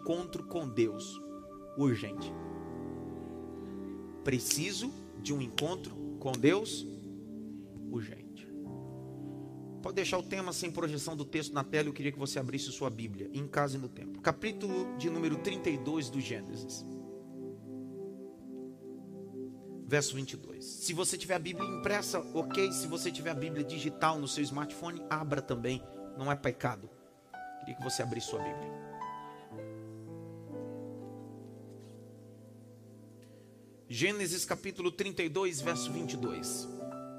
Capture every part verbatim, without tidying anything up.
encontro com Deus urgente. Preciso de um encontro com Deus urgente. Pode deixar o tema sem projeção do texto na tela. Eu queria que você abrisse sua Bíblia, em casa e no tempo. Capítulo de número trinta e dois do Gênesis. Verso vinte e dois. Se você tiver a Bíblia impressa, ok. Se você tiver a Bíblia digital no seu smartphone, abra também. Não é pecado. Queria que você abrisse sua Bíblia. Gênesis capítulo trinta e dois, verso vinte e dois.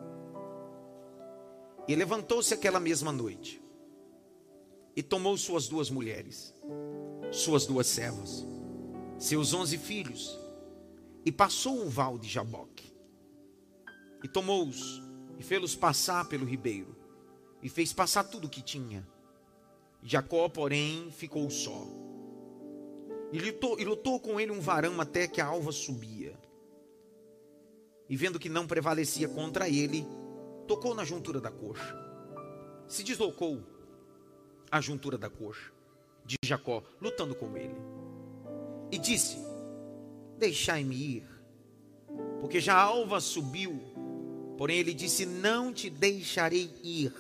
E levantou-se aquela mesma noite, e tomou suas duas mulheres, suas duas servas, seus onze filhos, e passou o val de Jaboque. E tomou-os, e fê-los passar pelo ribeiro, e fez passar tudo o que tinha. Jacó, porém, ficou só. E lutou, e lutou com ele um varão até que a alva subia. E vendo que não prevalecia contra ele, tocou na juntura da coxa. Se deslocou a juntura da coxa de Jacó, lutando com ele. E disse: deixai-me ir, porque já a alva subiu. Porém ele disse: não te deixarei ir,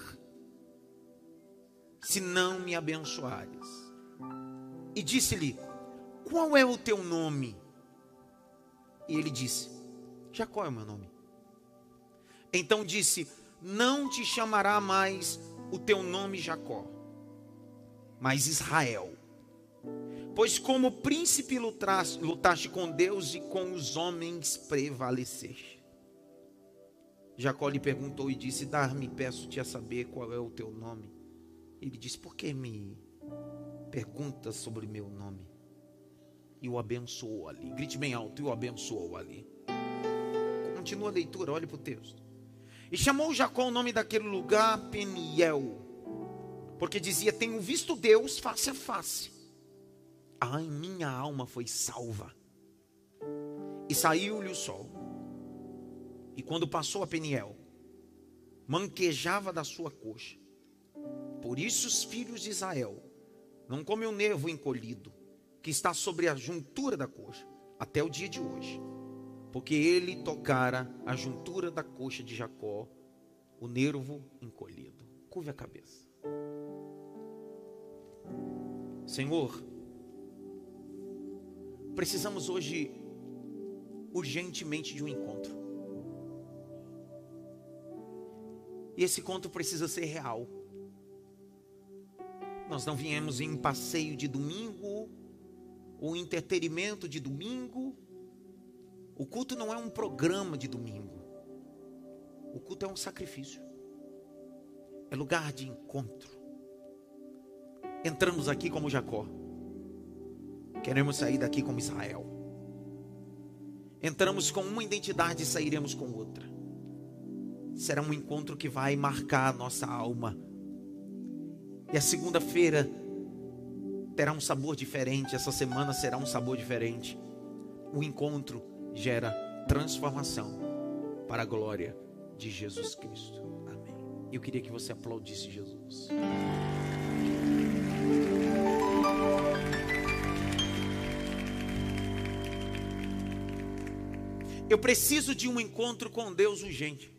se não me abençoares. E disse-lhe: qual é o teu nome? E ele disse: Jacó é o meu nome. Então disse: não te chamará mais o teu nome Jacó, mas Israel, pois como príncipe lutaste, lutaste com Deus e com os homens prevaleceste. Jacó lhe perguntou e disse: dar-me, peço-te a saber qual é o teu nome. Ele disse: por que me perguntas sobre meu nome? E o abençoou ali. Grite bem alto: e o abençoou ali. Continua a leitura, olhe para o texto. E chamou Jacó o nome daquele lugar Peniel, porque dizia: tenho visto Deus face a face. Ai, minha alma foi salva. E saiu-lhe o sol. E quando passou a Peniel, manquejava da sua coxa. Por isso os filhos de Israel não comem o nervo encolhido, que está sobre a juntura da coxa, até o dia de hoje. Porque ele tocara a juntura da coxa de Jacó, o nervo encolhido. Curve a cabeça. Senhor, precisamos hoje urgentemente de um encontro. E esse encontro precisa ser real. Nós não viemos em passeio de domingo, ou entretenimento de domingo. O culto não é um programa de domingo. O culto é um sacrifício. É lugar de encontro. Entramos aqui como Jacó. Queremos sair daqui como Israel. Entramos com uma identidade e sairemos com outra. Será um encontro que vai marcar a nossa alma. E a segunda-feira terá um sabor diferente. Essa semana será um sabor diferente. O encontro gera transformação para a glória de Jesus Cristo. Amém. Eu queria que você aplaudisse Jesus. Eu preciso de um encontro com Deus urgente.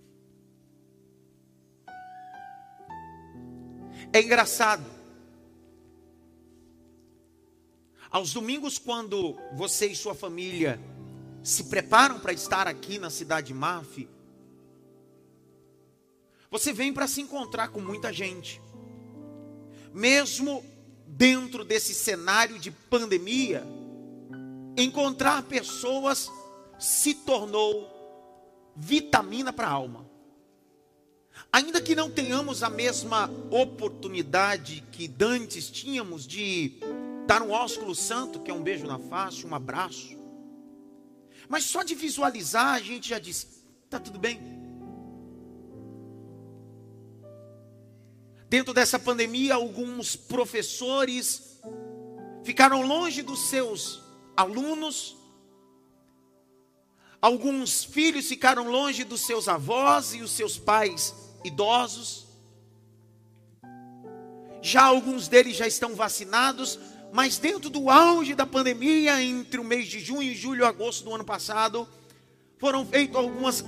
É engraçado. Aos domingos, quando você e sua família se preparam para estar aqui na cidade de Maf, você vem para se encontrar com muita gente. Mesmo dentro desse cenário de pandemia, encontrar pessoas se tornou vitamina para a alma. Ainda que não tenhamos a mesma oportunidade que dantes tínhamos de dar um ósculo santo, que é um beijo na face, um abraço, mas só de visualizar a gente já disse: está tudo bem. Dentro dessa pandemia, alguns professores ficaram longe dos seus alunos. Alguns filhos ficaram longe dos seus avós e os seus pais idosos. Já alguns deles já estão vacinados. mas dentro do auge da pandemia, entre o mês de junho, julho e agosto do ano passado, foram feitas algumas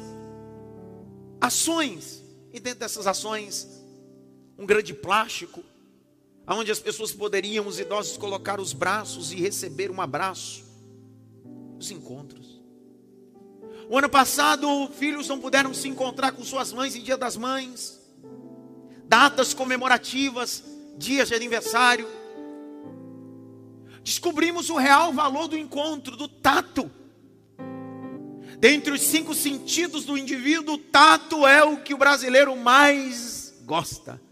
ações. E dentro dessas ações, um grande plástico, onde as pessoas poderiam, os idosos, colocar os braços e receber um abraço. Os encontros. O ano passado, filhos não puderam se encontrar com suas mães em Dia das Mães. Datas comemorativas, dias de aniversário. Descobrimos o real valor do encontro, do tato. Dentre os cinco sentidos do indivíduo, o tato é o que o brasileiro mais gosta.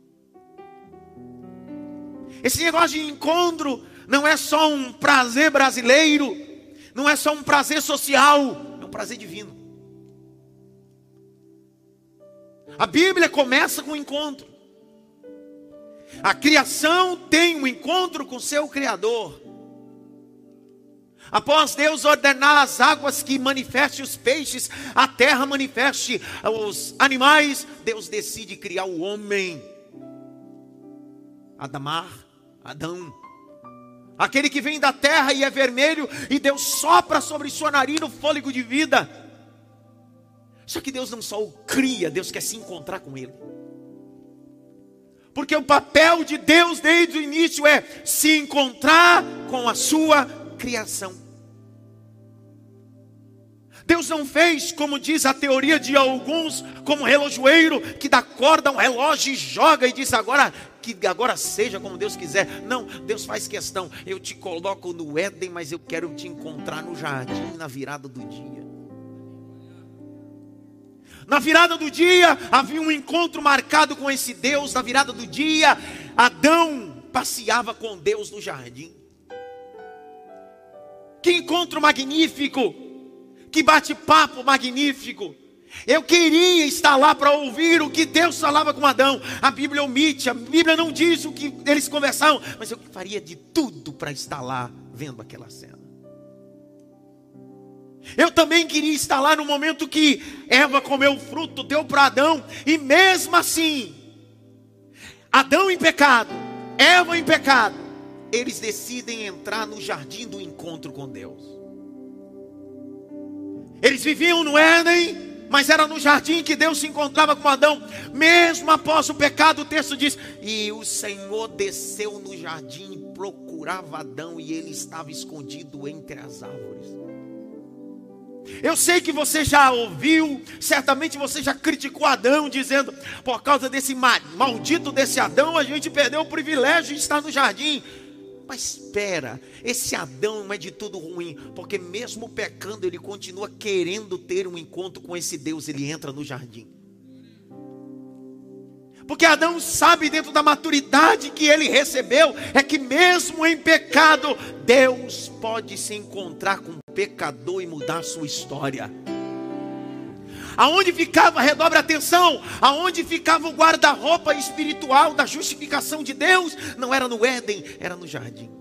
Esse negócio de encontro não é só um prazer brasileiro, não é só um prazer social, é um prazer divino. A Bíblia começa com o encontro. A criação tem um encontro com seu Criador. Após Deus ordenar as águas que manifeste os peixes, a terra manifeste os animais, Deus decide criar o homem. Adamar, Adão. Aquele que vem da terra e é vermelho, e Deus sopra sobre sua narina o fôlego de vida. Só que Deus não só o cria, Deus quer se encontrar com ele. Porque o papel de Deus desde o início é se encontrar com a sua criação. Deus não fez, como diz a teoria de alguns, como relojoeiro que dá corda a um relógio e joga e diz agora que agora seja como Deus quiser. Não, Deus faz questão. Eu te coloco no Éden, mas eu quero te encontrar no jardim na virada do dia. Na virada do dia havia um encontro marcado com esse Deus. Na virada do dia, Adão passeava com Deus no jardim. Que encontro magnífico! Que bate-papo magnífico! Eu queria estar lá para ouvir o que Deus falava com Adão. A Bíblia omite, a Bíblia não diz o que eles conversavam, mas eu faria de tudo para estar lá vendo aquela cena. Eu também queria estar lá no momento que Eva comeu o fruto, deu para Adão, e mesmo assim, Adão em pecado, Eva em pecado, eles decidem entrar no jardim do encontro com Deus. Eles viviam no Éden, mas era no jardim que Deus se encontrava com Adão. Mesmo após o pecado, o texto diz: e o Senhor desceu no jardim e procurava Adão, e ele estava escondido entre as árvores. Eu sei que você já ouviu, certamente você já criticou Adão, dizendo: por causa desse maldito desse Adão, a gente perdeu o privilégio de estar no jardim. Mas espera, esse Adão não é de tudo ruim, porque mesmo pecando, ele continua querendo ter um encontro com esse Deus. Ele entra no jardim, porque Adão sabe, dentro da maturidade que ele recebeu, é que mesmo em pecado, Deus pode se encontrar com o pecador e mudar sua história. Aonde ficava, redobre a atenção, aonde ficava o guarda-roupa espiritual da justificação de Deus? Não era no Éden, era no jardim.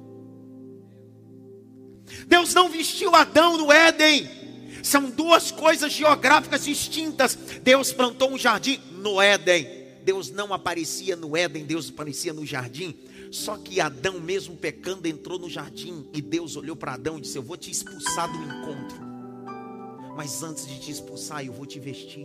Deus não vestiu Adão no Éden. São duas coisas geográficas distintas. Deus plantou um jardim no Éden. Deus não aparecia no Éden, Deus aparecia no jardim. Só que Adão, mesmo pecando, entrou no jardim, e Deus olhou para Adão e disse: eu vou te expulsar do encontro, mas antes de te expulsar, eu vou te vestir.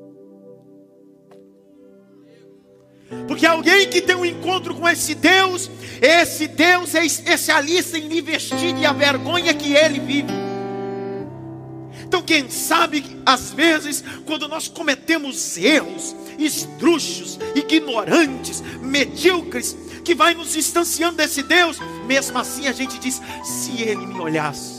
Porque alguém que tem um encontro com esse Deus, esse Deus é especialista em lhe vestir de a vergonha que ele vive. Então quem sabe, às vezes, quando nós cometemos erros, esdrúxulos, ignorantes, medíocres, que vai nos distanciando desse Deus, mesmo assim a gente diz: se ele me olhasse,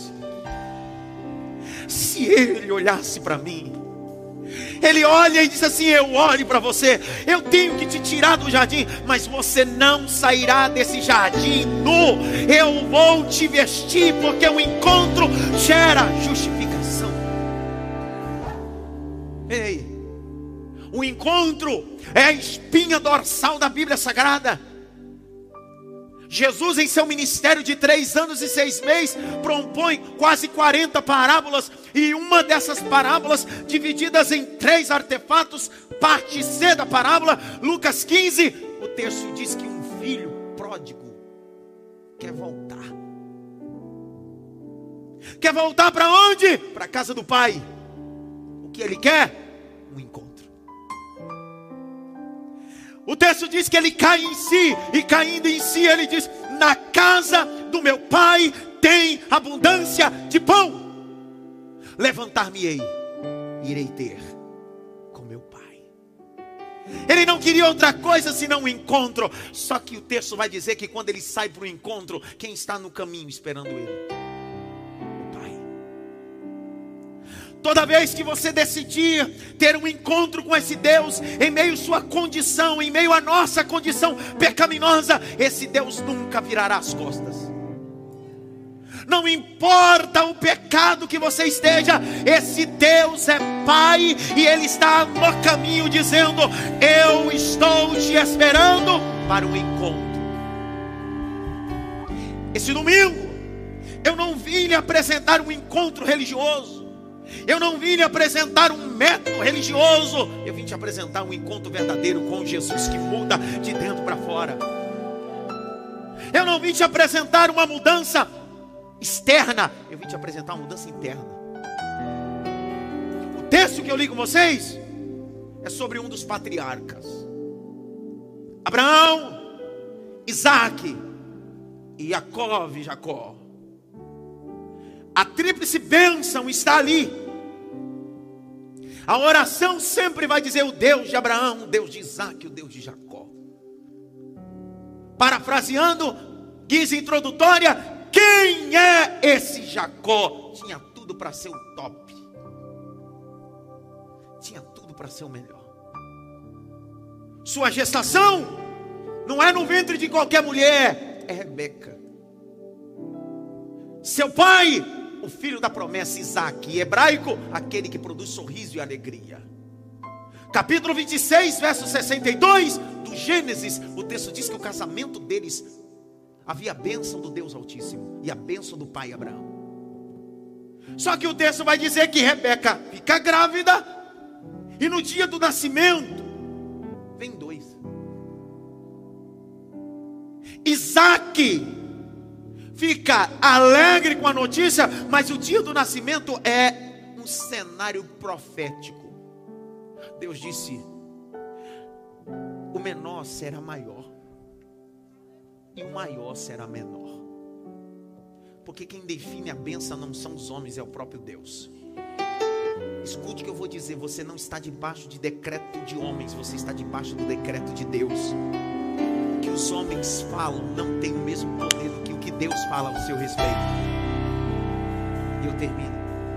se ele olhasse para mim. Ele olha e diz assim: eu olho para você, eu tenho que te tirar do jardim, mas você não sairá desse jardim nu. Eu vou te vestir, porque o encontro gera justificação. Ei, o encontro é a espinha dorsal da Bíblia Sagrada. Jesus, em seu ministério de três anos e seis meses, propõe quase quarenta parábolas, e uma dessas parábolas, divididas em três artefatos, parte C da parábola, Lucas quinze, o texto diz que um filho pródigo quer voltar. Quer voltar para onde? Para a casa do pai. O que ele quer? Um encontro. O texto diz que ele cai em si, e caindo em si ele diz: na casa do meu pai tem abundância de pão. Levantar-me-ei, irei ter com meu pai. Ele não queria outra coisa senão um encontro. Só que o texto vai dizer que quando ele sai para o encontro, quem está no caminho esperando ele? O pai. Toda vez que você decidir ter um encontro com esse Deus, em meio à sua condição, em meio à nossa condição pecaminosa, esse Deus nunca virará as costas. Não importa o pecado que você esteja, esse Deus é Pai, e Ele está no caminho dizendo: eu estou te esperando para o encontro. Esse domingo, eu não vim lhe apresentar um encontro religioso, eu não vim lhe apresentar um método religioso, eu vim te apresentar um encontro verdadeiro com Jesus que muda de dentro para fora. Eu não vim te apresentar uma mudança externa, eu vim te apresentar uma mudança interna. O texto que eu li com vocês é sobre um dos patriarcas: Abraão, Isaac e Jacó e Jacó. A tríplice bênção está ali. A oração sempre vai dizer: o Deus de Abraão, o Deus de Isaac, o Deus de Jacó. Parafraseando, guisa introdutória: quem é esse Jacó? Tinha tudo para ser o top. Tinha tudo para ser o melhor. Sua gestação não é no ventre de qualquer mulher, é Rebeca. Seu pai, o filho da promessa, Isaac, em hebraico, aquele que produz sorriso e alegria. Capítulo vinte e seis, verso sessenta e dois do Gênesis, o texto diz que o casamento deles havia a bênção do Deus Altíssimo e a bênção do pai Abraão. Só que o texto vai dizer que Rebeca fica grávida, e no dia do nascimento vem dois. Isaac fica alegre com a notícia, mas o dia do nascimento é um cenário profético. Deus disse: o menor será maior e o maior será menor. Porque quem define a bênção não são os homens, é o próprio Deus. Escute o que eu vou dizer: você não está debaixo de decreto de homens, você está debaixo do decreto de Deus. O que os homens falam não tem o mesmo poder do que o que Deus fala ao seu respeito. E eu termino.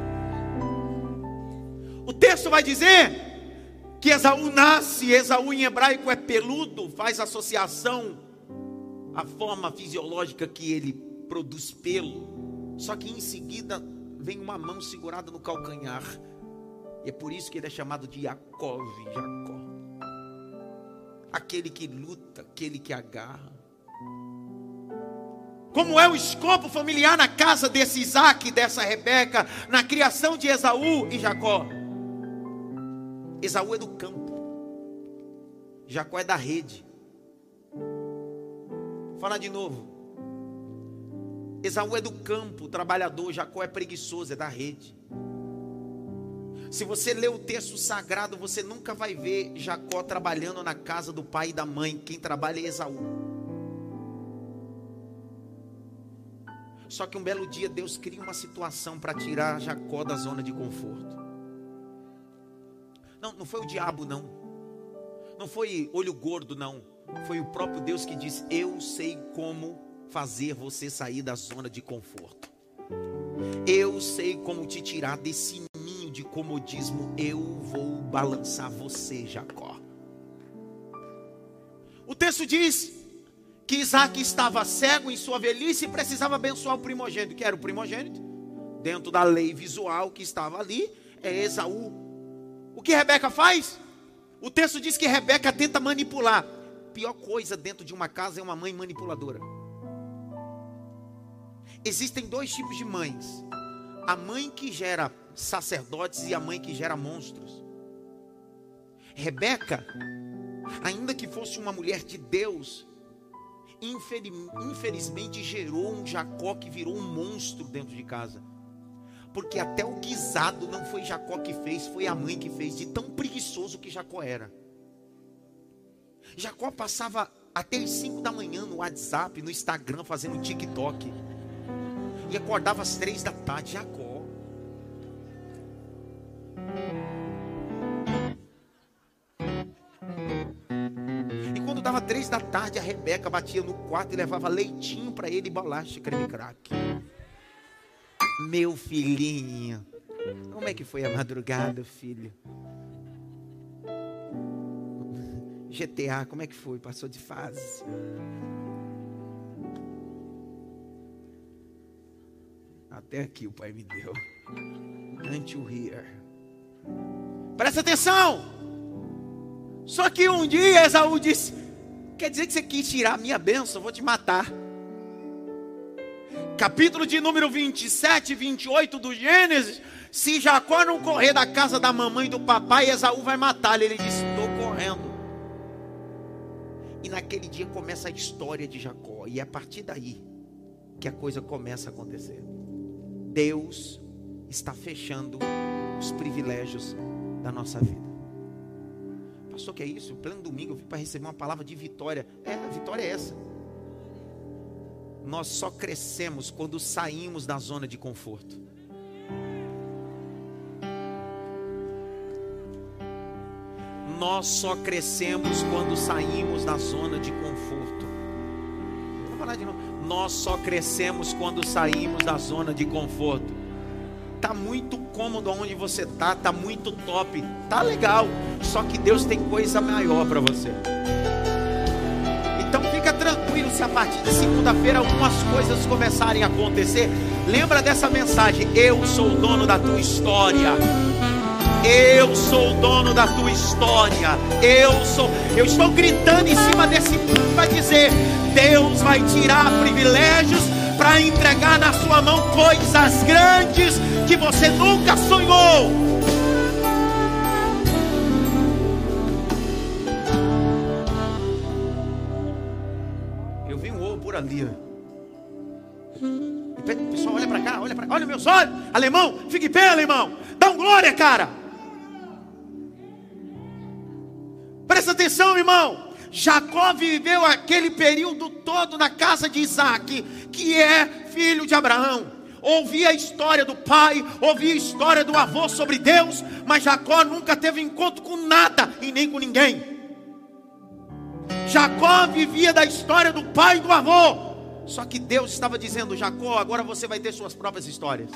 O texto vai dizer que Esaú nasce. Esaú em hebraico é peludo, faz associação à forma fisiológica que ele produz pelo. Só que em seguida vem uma mão segurada no calcanhar, e é por isso que ele é chamado de Jacó, Jacó. Aquele que luta, aquele que agarra. Como é o escopo familiar na casa desse Isaac, dessa Rebeca, na criação de Esaú e Jacó? Esaú é do campo, Jacó é da rede. Vou falar de novo. Esaú é do campo, trabalhador. Jacó é preguiçoso, é da rede. Se você ler o texto sagrado, você nunca vai ver Jacó trabalhando na casa do pai e da mãe. Quem trabalha é Esaú. Só que um belo dia Deus cria uma situação para tirar Jacó da zona de conforto. Não, não foi o diabo não. Não foi olho gordo não. Foi o próprio Deus que disse: eu sei como fazer você sair da zona de conforto. Eu sei como te tirar desse ninho de comodismo. Eu vou balançar você, Jacó. O texto diz que Isaac estava cego em sua velhice e precisava abençoar o primogênito. Que era o primogênito? Dentro da lei visual que estava ali, é Esaú. O que Rebeca faz? O texto diz que Rebeca tenta manipular. Pior coisa dentro de uma casa é uma mãe manipuladora. Existem dois tipos de mães: a mãe que gera sacerdotes e a mãe que gera monstros. Rebeca, ainda que fosse uma mulher de Deus, infelizmente gerou um Jacó que virou um monstro dentro de casa. Porque até o guisado não foi Jacó que fez, foi a mãe que fez, de tão preguiçoso que Jacó era. Jacó passava até as cinco da manhã no WhatsApp, no Instagram, fazendo TikTok. E acordava às três da tarde, Jacó. E quando dava três da tarde, a Rebeca batia no quarto e levava leitinho para ele e bolacha creme crack. Meu filhinho, como é que foi a madrugada, filho? G T A, como é que foi? Passou de fase? Até aqui o pai me deu. Until here. Presta atenção! Só que um dia Esaú disse: quer dizer que você quis tirar a minha bênção? Eu vou te matar. Capítulo de número vinte e sete e vinte e oito do Gênesis. Se Jacó não correr da casa da mamãe e do papai, Esaú vai matá-lo. Ele disse: estou correndo. E naquele dia começa a história de Jacó. E é a partir daí que a coisa começa a acontecer. Deus está fechando os privilégios da nossa vida. Pastor, que é isso? Pleno domingo eu vim para receber uma palavra de vitória. É, a vitória é essa. Nós só crescemos quando saímos da zona de conforto. Nós só crescemos quando saímos da zona de conforto. Vou falar de novo. Nós só crescemos quando saímos da zona de conforto. Tá muito cômodo onde você tá, tá muito top, tá legal. Só que Deus tem coisa maior para você. Então fica tranquilo se a partir de segunda-feira algumas coisas começarem a acontecer. Lembra dessa mensagem: eu sou o dono da tua história. Eu sou o dono da tua história. Eu sou. Eu estou gritando em cima desse mundo para dizer: Deus vai tirar privilégios para entregar na sua mão coisas grandes que você nunca sonhou. Eu vi um ovo por ali. O pessoal olha para cá, olha para cá, olha meus olhos. Alemão, fique em pé, alemão. Dá um glória, cara. Presta atenção, irmão. Jacó viveu aquele período todo na casa de Isaac, que é filho de Abraão. Ouvia a história do pai, ouvia a história do avô sobre Deus, mas Jacó nunca teve encontro com nada e nem com ninguém. Jacó vivia da história do pai e do avô. Só que Deus estava dizendo: Jacó, agora você vai ter suas próprias histórias.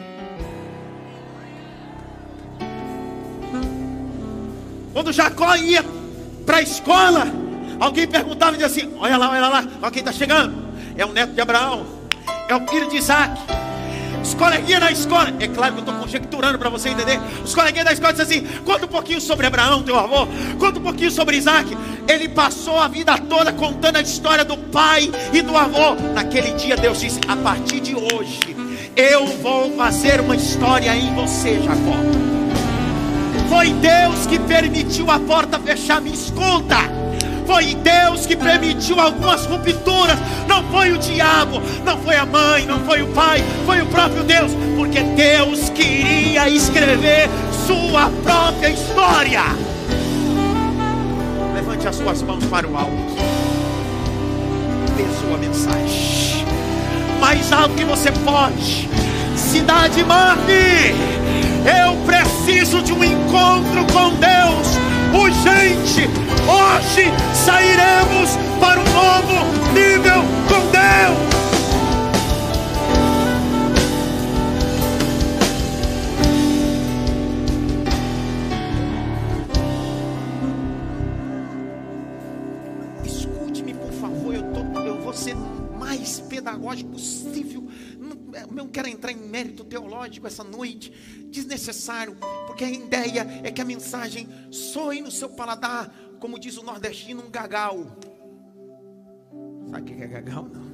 Quando Jacó ia para a escola, alguém perguntava e dizia assim: olha lá, olha lá, olha quem está chegando. É o neto de Abraão, é o filho de Isaac. Os coleguinhas na escola, é claro que eu estou conjecturando para você entender. Os coleguinhas da escola dizem assim: conta um pouquinho sobre Abraão, teu avô. Conta um pouquinho sobre Isaac. Ele passou a vida toda contando a história do pai e do avô. Naquele dia Deus disse: a partir de hoje eu vou fazer uma história em você, Jacó. Foi Deus que permitiu a porta fechar, me escuta. Foi Deus que permitiu algumas rupturas. Não foi o diabo, não foi a mãe, não foi o pai, foi o próprio Deus. Porque Deus queria escrever sua própria história. Levante as suas mãos para o alto. Dê sua mensagem mais alto que você pode. Cidade Marne, eu preciso de um encontro com Deus urgente. Hoje sairemos para um novo nível com Deus. Escute-me, por favor. Eu, tô, eu vou ser o mais pedagógico possível. Eu não quero entrar em mérito teológico essa noite, desnecessário, porque a ideia é que a mensagem soe no seu paladar, como diz o nordestino, um gagal. Sabe o que é gagal? Não.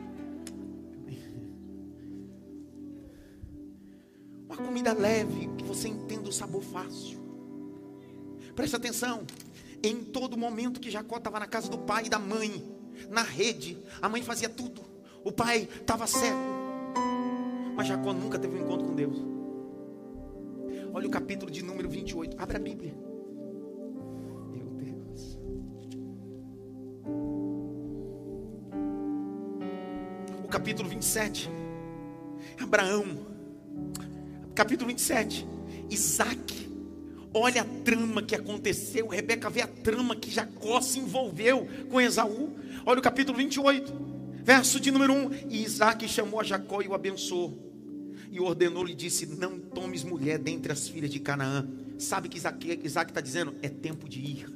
Uma comida leve, que você entenda o sabor fácil. Presta atenção. Em todo momento que Jacó estava na casa do pai e da mãe, na rede, a mãe fazia tudo, o pai estava cego, mas Jacó nunca teve um encontro com Deus. Olha o capítulo de número vinte e oito, abre a Bíblia. Meu Deus. O capítulo vinte e sete, Abraão, capítulo vinte e sete, Isaac, olha a trama que aconteceu. Rebeca vê a trama que Jacó se envolveu com Esaú. Olha o capítulo vinte e oito, verso de número um. E Isaac chamou a Jacó e o abençoou, e ordenou-lhe e disse: não tomes mulher dentre as filhas de Canaã. Sabe o que Isaac está dizendo? É tempo de ir.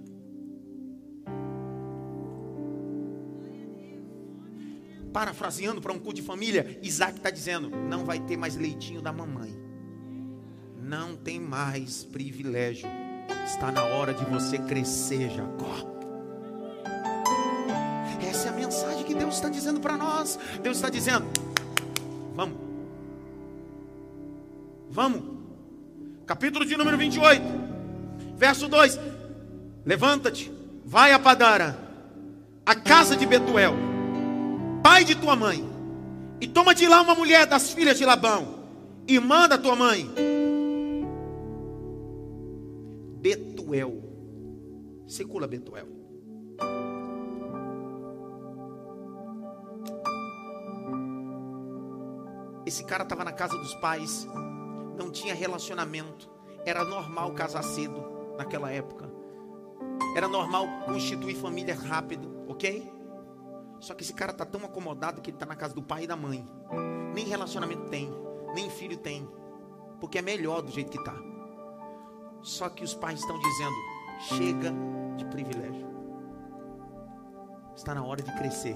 Parafraseando para um culto de família, Isaac está dizendo: não vai ter mais leitinho da mamãe, não tem mais privilégio, está na hora de você crescer, Jacó. Essa é a mensagem que Deus está dizendo para nós. Deus está dizendo: vamos, vamos. Capítulo de número vinte e oito, verso dois. Levanta-te, vai a Padara, a casa de Betuel, pai de tua mãe, e toma de lá uma mulher das filhas de Labão, irmã da tua mãe. Betuel, circula Betuel. Esse cara estava na casa dos pais, não tinha relacionamento, era normal casar cedo naquela época, era normal constituir família rápido, ok? Só que esse cara está tão acomodado que ele está na casa do pai e da mãe, nem relacionamento tem, nem filho tem, porque é melhor do jeito que está. Só que os pais estão dizendo: chega de privilégio, está na hora de crescer.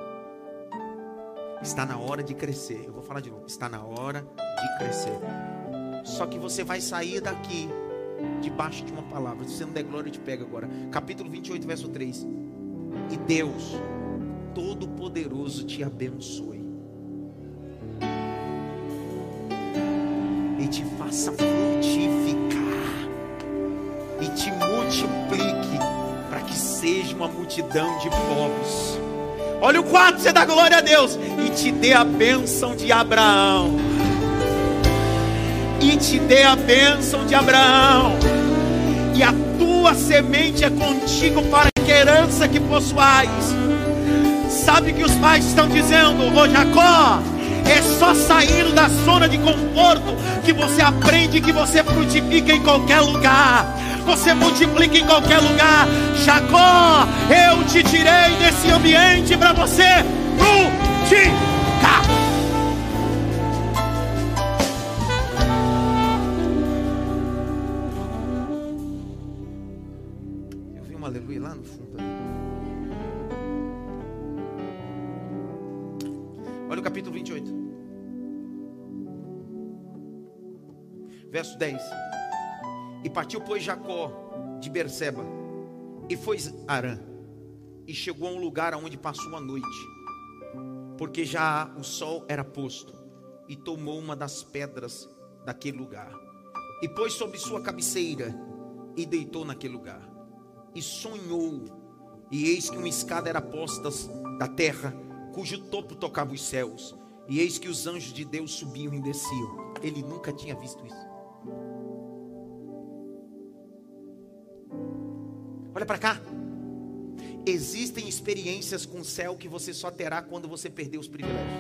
Está na hora de crescer. Eu vou falar de novo. Está na hora de crescer. Só que você vai sair daqui debaixo de uma palavra. Se você não der glória, eu te pego agora. Capítulo vinte e oito, verso três. E Deus Todo-Poderoso te abençoe e te faça frutificar e te multiplique, para que seja uma multidão de povos. Olha o quatro, você dá glória a Deus. E te dê a bênção de Abraão. E te dê a bênção de Abraão. E a tua semente é contigo para que herança que possuais. Sabe que os pais estão dizendo: ô Jacó, é só saindo da zona de conforto que você aprende, que você frutifica em qualquer lugar, você multiplica em qualquer lugar. Jacó, eu te tirei desse ambiente para você frutificar. Eu vi um aleluia lá no fundo ali. Olha o capítulo vinte e oito, verso dez. E partiu, pois, Jacó de Berseba e foi a Harã, e chegou a um lugar onde passou a noite, porque já o sol era posto, e tomou uma das pedras daquele lugar, e pôs sobre sua cabeceira, e deitou naquele lugar, e sonhou, e eis que uma escada era posta da terra, cujo topo tocava os céus, e eis que os anjos de Deus subiam e desciam. Ele nunca tinha visto isso. Olha para cá. Existem experiências com o céu que você só terá quando você perder os privilégios.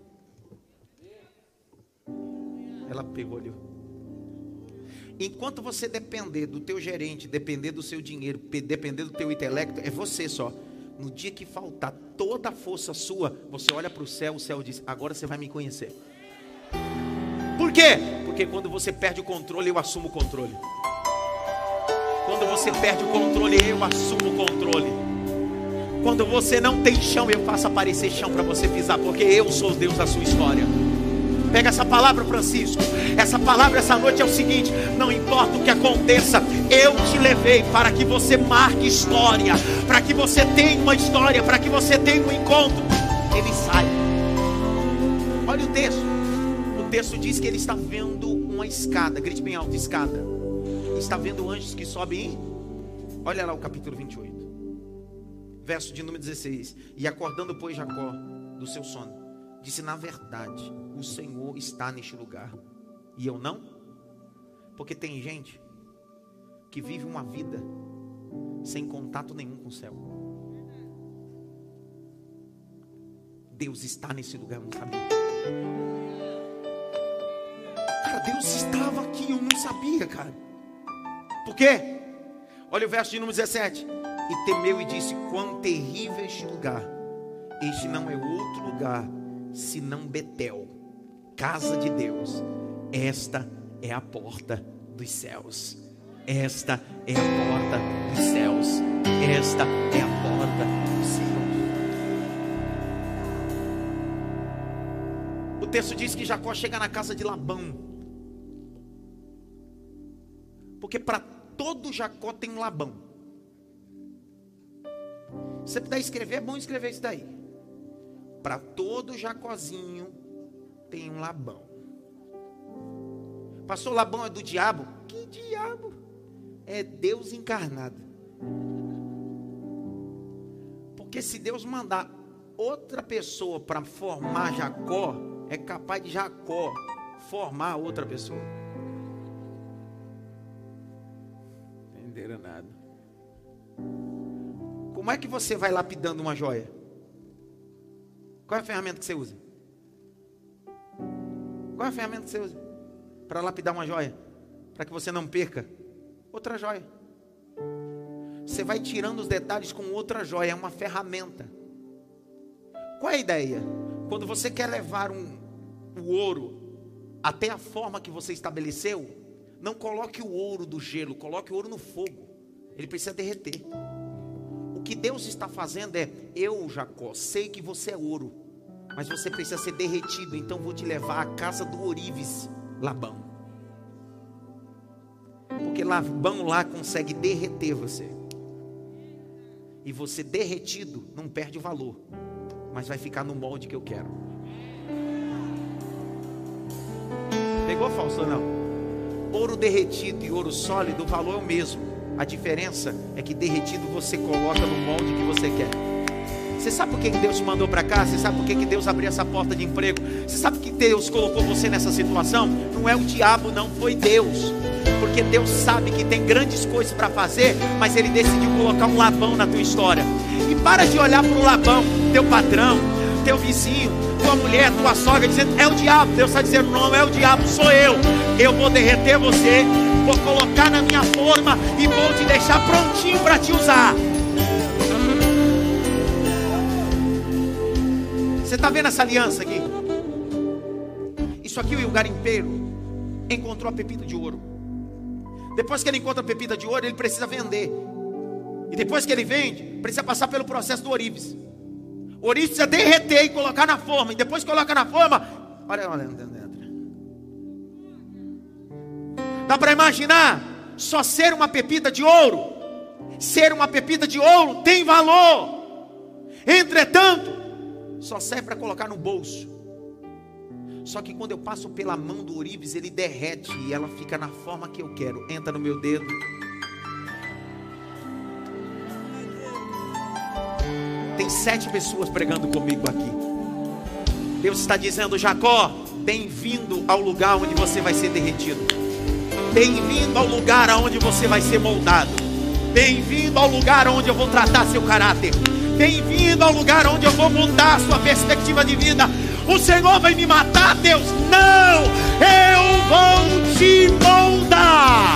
Ela pegou ali. Enquanto você depender do teu gerente, depender do seu dinheiro, depender do teu intelecto, é você só. No dia que faltar toda a força sua, você olha para o céu, o céu diz: agora você vai me conhecer. Por quê? Porque quando você perde o controle, eu assumo o controle. Quando você perde o controle, eu assumo o controle. Quando você não tem chão, eu faço aparecer chão para você pisar, porque eu sou o Deus da sua história. Pega essa palavra, Francisco. Essa palavra essa noite é o seguinte: não importa o que aconteça, eu te levei para que você marque história, para que você tenha uma história, para que você tenha um encontro. Ele sai. Olha o texto. O texto diz que ele está vendo uma escada. Grite bem alto: escada. Está vendo anjos que sobem. Olha lá o capítulo vinte e oito. Verso de número dezesseis. E acordando, pois, Jacó do seu sono, disse: na verdade, o Senhor está neste lugar, e eu não. Porque tem gente que vive uma vida sem contato nenhum com o céu. Deus está nesse lugar, eu não sabia. Cara, Deus estava aqui, eu não sabia, cara. Por quê? Olha o verso de número dezessete. E temeu e disse: quão terrível é este lugar. Este não é outro lugar senão Betel, casa de Deus. Esta é a porta dos céus. Esta é a porta dos céus. Esta é a porta dos céus. O texto diz que Jacó chega na casa de Labão. Porque para todo Jacó tem um Labão. Se você puder escrever, é bom escrever isso daí. Para todo Jacozinho tem um Labão. Pastor, Labão é do diabo? Que diabo? É Deus encarnado. Porque se Deus mandar outra pessoa para formar Jacó, é capaz de Jacó formar outra pessoa. Entenderam nada? Como é que você vai lapidando uma joia? Qual é a ferramenta que você usa? Qual é a ferramenta que você usa para lapidar uma joia? Para que você não perca outra joia. Você vai tirando os detalhes com outra joia. É uma ferramenta. Qual é a ideia? Quando você quer levar um, o ouro até a forma que você estabeleceu, não coloque o ouro do gelo, coloque o ouro no fogo. Ele precisa derreter. O que Deus está fazendo é: eu, Jacó, sei que você é ouro, mas você precisa ser derretido, então vou te levar à casa do ourives, Labão. Porque Labão lá consegue derreter você. E você derretido não perde o valor, mas vai ficar no molde que eu quero. Pegou, falso ou não? Ouro derretido e ouro sólido, o valor é o mesmo. A diferença é que derretido você coloca no molde que você quer. Você sabe por que Deus te mandou para cá? Você sabe por que Deus abriu essa porta de emprego? Você sabe que Deus colocou você nessa situação? Não é o diabo, não, foi Deus. Porque Deus sabe que tem grandes coisas para fazer, mas Ele decidiu colocar um Labão na tua história. E para de olhar para o Labão, teu patrão, teu vizinho, tua mulher, tua sogra, dizendo: é o diabo. Deus está dizendo: não é o diabo, sou eu. Eu vou derreter você, vou colocar na minha forma e vou te deixar prontinho para te usar. Você está vendo essa aliança aqui? Isso aqui, o garimpeiro encontrou a pepita de ouro. Depois que ele encontra a pepita de ouro, ele precisa vender. E depois que ele vende, precisa passar pelo processo do ourives. O ourives precisa derreter e colocar na forma. E depois que coloca na forma, olha, olha, entra. Dá para imaginar? Só ser uma pepita de ouro. Ser uma pepita de ouro tem valor. Entretanto, só serve para colocar no bolso. Só que quando eu passo pela mão do ourives, ele derrete e ela fica na forma que eu quero. Entra no meu dedo. Tem sete pessoas pregando comigo aqui. Deus está dizendo: Jacó, bem-vindo ao lugar onde você vai ser derretido. Bem-vindo ao lugar onde você vai ser moldado. Bem-vindo ao lugar onde eu vou tratar seu caráter. Bem-vindo ao lugar onde eu vou mudar a sua perspectiva de vida. O Senhor vai me matar, Deus? Não! Eu vou te moldar.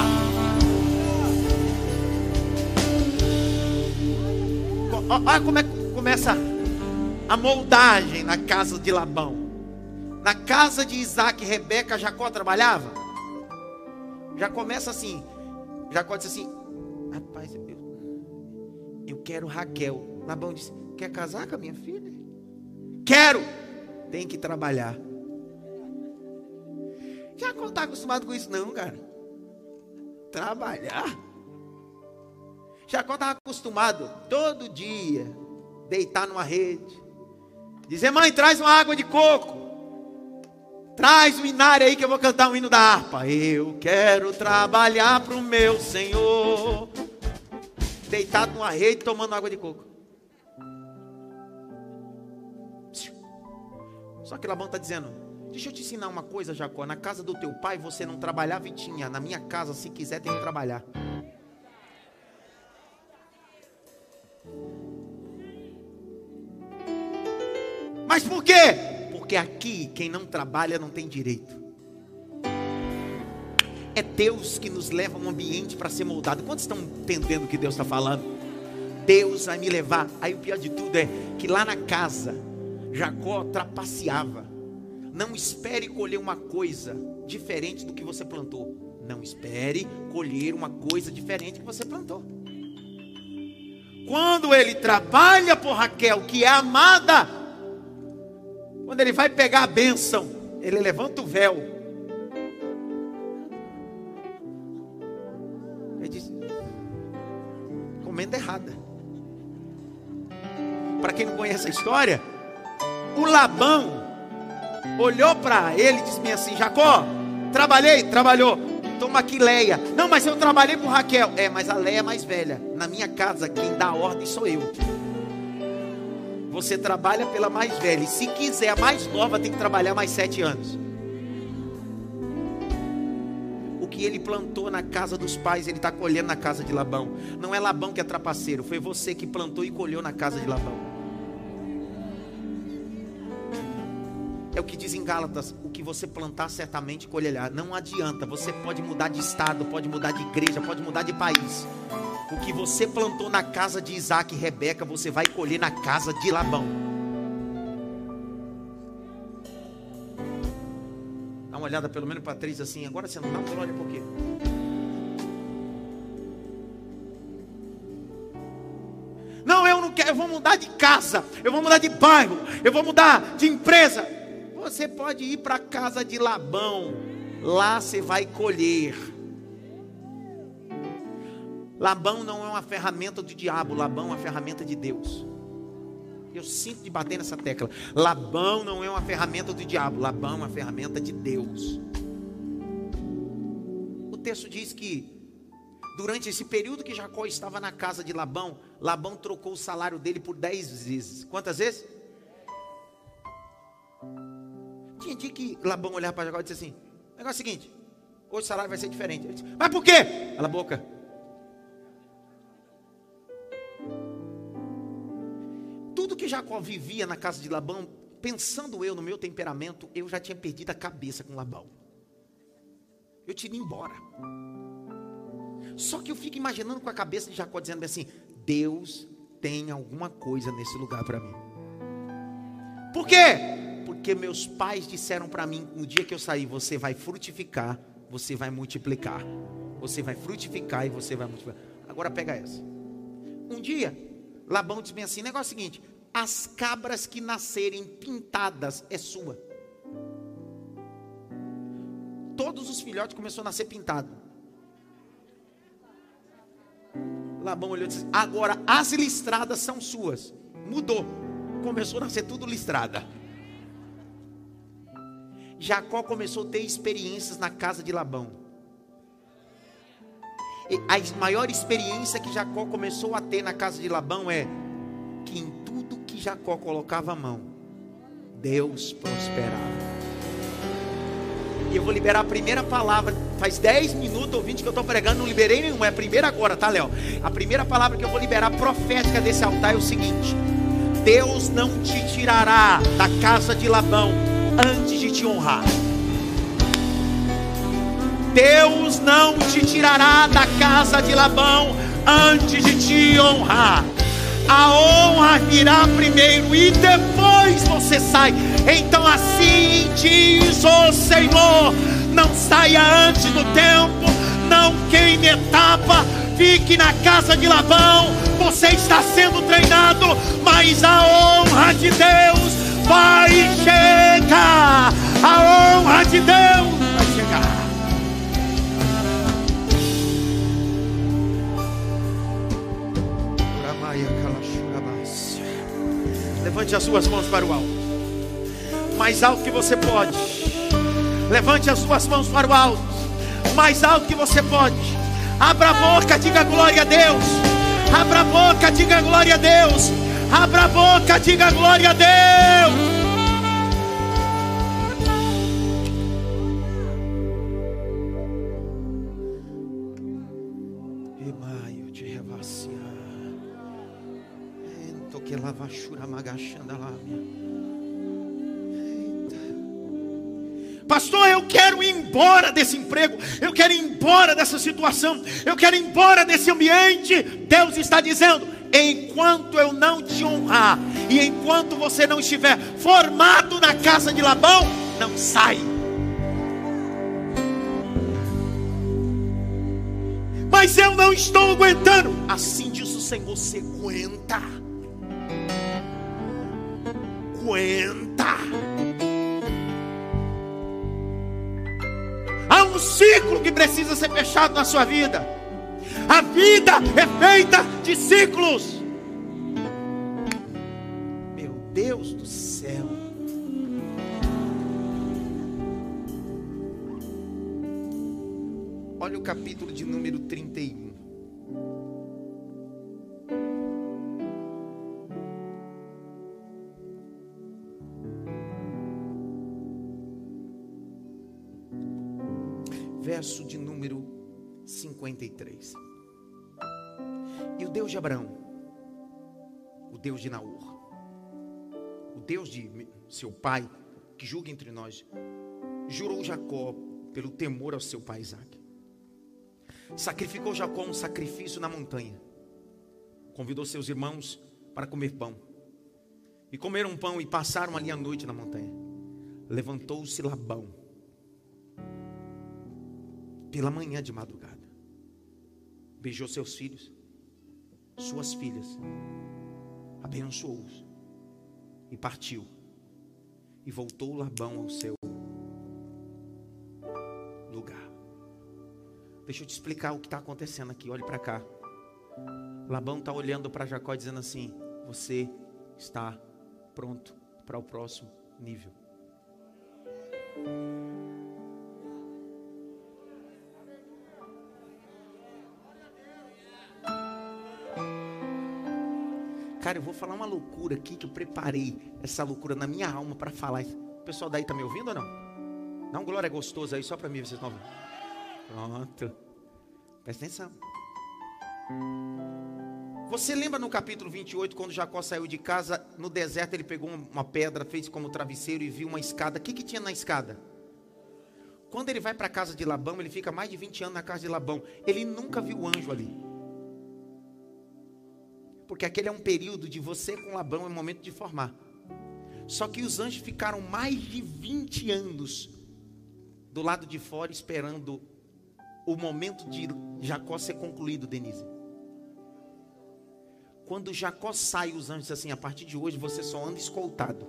Olha como é que começa a moldagem na casa de Labão. Na casa de Isaac e Rebeca, Jacó trabalhava. Já começa assim. Jacó disse assim: rapaz, eu, eu quero Raquel. Labão disse: quer casar com a minha filha? Quero. Tem que trabalhar. Jacó não está acostumado com isso não, cara. Trabalhar. Jacó estava acostumado todo dia deitar numa rede, dizer: mãe, traz uma água de coco, traz um inário aí que eu vou cantar um hino da harpa. Eu quero trabalhar para o meu Senhor. Deitado numa rede tomando água de coco. Só que Labão está dizendo: deixa eu te ensinar uma coisa, Jacó. Na casa do teu pai você não trabalhava e tinha. Na minha casa, se quiser, tem que trabalhar. Mas por quê? Porque aqui quem não trabalha não tem direito. É Deus que nos leva a um ambiente para ser moldado. Quantos estão entendendo o que Deus está falando? Deus vai me levar. Aí o pior de tudo é que lá na casa Jacó trapaceava. Não espere colher uma coisa diferente do que você plantou. Não espere colher uma coisa diferente do que você plantou. Quando ele trabalha por Raquel, que é amada, quando ele vai pegar a bênção, ele levanta o véu. Ele diz: comenda errada. Para quem não conhece a história, o Labão olhou para ele e disse assim: Jacó, trabalhei, trabalhou, toma aqui Leia. Não, mas eu trabalhei por Raquel. É, mas a Leia é mais velha. Na minha casa quem dá ordem sou eu. Você trabalha pela mais velha, e se quiser a mais nova tem que trabalhar mais sete anos. O que ele plantou na casa dos pais, ele está colhendo na casa de Labão. Não é Labão que é trapaceiro, foi você que plantou e colheu na casa de Labão. É o que diz em Gálatas: o que você plantar certamente colherá. Não adianta, você pode mudar de estado, pode mudar de igreja, pode mudar de país. O que você plantou na casa de Isaac e Rebeca, você vai colher na casa de Labão. Dá uma olhada pelo menos para três assim. Agora você não dá, olha por quê? Não, eu não quero, eu vou mudar de casa, eu vou mudar de bairro, eu vou mudar de empresa. Você pode ir para a casa de Labão, lá você vai colher. Labão não é uma ferramenta do diabo, Labão é uma ferramenta de Deus. Eu sinto de bater nessa tecla. Labão não é uma ferramenta do diabo, Labão é uma ferramenta de Deus. O texto diz que durante esse período que Jacó estava na casa de Labão, Labão trocou o salário dele por dez vezes. Quantas vezes? Tinha dia que Labão olhava para Jacó e disse assim: o negócio é o seguinte, hoje o salário vai ser diferente. Ele disse: mas por quê? Cala a boca. Tudo que Jacó vivia na casa de Labão, pensando eu no meu temperamento, eu já tinha perdido a cabeça com Labão. Eu tinha ido embora. Só que eu fico imaginando com a cabeça de Jacó dizendo assim: Deus tem alguma coisa nesse lugar para mim. Por quê? Porque meus pais disseram para mim no dia que eu saí: você vai frutificar, você vai multiplicar. Você vai frutificar e você vai multiplicar. Agora pega essa. Um dia Labão disse bem assim: negócio é o seguinte, as cabras que nascerem pintadas é sua. Todos os filhotes começaram a nascer pintados. Labão olhou e disse: agora as listradas são suas. Mudou, começou a nascer tudo listrada. Jacó começou a ter experiências na casa de Labão. E a maior experiência que Jacó começou a ter na casa de Labão é que em tudo que Jacó colocava a mão, Deus prosperava. E eu vou liberar a primeira palavra. Faz dez minutos ou vinte que eu estou pregando, não liberei nenhuma. É a primeira agora, tá, Léo? A primeira palavra que eu vou liberar profética desse altar é o seguinte: Deus não te tirará da casa de Labão antes de te honrar. Deus não te tirará da casa de Labão antes de te honrar. A honra virá primeiro e depois você sai. Então assim diz o Senhor: não saia antes do tempo, não queime etapa, fique na casa de Labão. Você está sendo treinado, mas a honra de Deus vai chegar. A honra de Deus vai chegar. Levante as suas mãos para o alto, mais alto que você pode. Levante as suas mãos para o alto, mais alto que você pode. Abra a boca, diga glória a Deus. Abra a boca, diga glória a Deus. Abra a boca, diga glória a Deus. Pastor, eu quero ir embora desse emprego, eu quero ir embora dessa situação, eu quero ir embora desse ambiente. Deus está dizendo: enquanto eu não te honrar, e enquanto você não estiver formado na casa de Labão, não sai. Mas eu não estou aguentando. Assim diz o Senhor: você aguenta. Aguenta. Há um ciclo que precisa ser fechado na sua vida. A vida é feita de ciclos. Meu Deus do céu. Olha o capítulo de número trinta e um. Verso de número cinquenta e três. E o Deus de Abraão, o Deus de Naor, o Deus de seu pai, que julga entre nós, jurou Jacó pelo temor ao seu pai Isaque. Sacrificou Jacó um sacrifício na montanha. Convidou seus irmãos para comer pão. E comeram pão e passaram ali a noite na montanha. Levantou-se Labão pela manhã de madrugada, beijou seus filhos, suas filhas, abençoou-os e partiu. E voltou Labão ao seu lugar. Deixa eu te explicar o que está acontecendo aqui. Olhe para cá. Labão está olhando para Jacó dizendo assim: você está pronto para o próximo nível. Cara, eu vou falar uma loucura aqui, que eu preparei essa loucura na minha alma para falar. O pessoal daí está me ouvindo ou não? Dá um glória gostoso aí só para mim, vocês estão ouvindo? Pronto. Presta atenção. Você lembra no capítulo vinte e oito, quando Jacó saiu de casa, no deserto ele pegou uma pedra, fez como travesseiro e viu uma escada. O que que tinha na escada? Quando ele vai para a casa de Labão, ele fica mais de vinte anos na casa de Labão. Ele nunca viu o anjo ali. Porque aquele é um período de você com Labão, é um momento de formar. Só que os anjos ficaram mais de vinte anos do lado de fora, esperando o momento de Jacó ser concluído, Denise. Quando Jacó sai, os anjos dizem assim: a partir de hoje você só anda escoltado.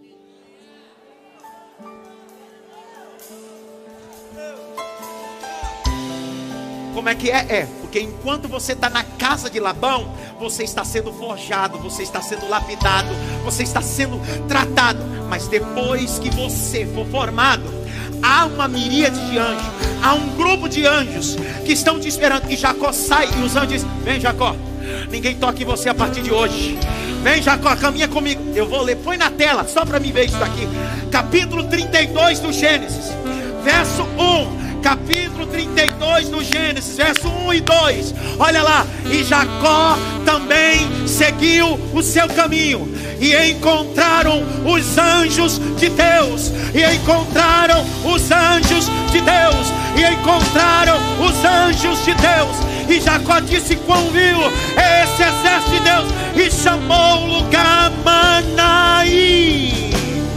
Como é que é? É, porque enquanto você está na casa de Labão, você está sendo forjado, você está sendo lapidado, você está sendo tratado. Mas depois que você for formado, há uma miríade de anjos, há um grupo de anjos que estão te esperando. E Jacó sai e os anjos dizem: vem Jacó, ninguém toca em você a partir de hoje. Vem Jacó, caminha comigo. Eu vou ler, põe na tela, só para mim ver isso aqui. Capítulo trinta e dois do Gênesis, verso um. Capítulo trinta e dois do Gênesis, verso um e dois. Olha lá. E Jacó também seguiu o seu caminho, e encontraram os anjos de Deus, e encontraram os anjos de Deus, e encontraram os anjos de Deus. E Jacó disse: quão viu é esse exército de Deus? E chamou o lugar Manaí.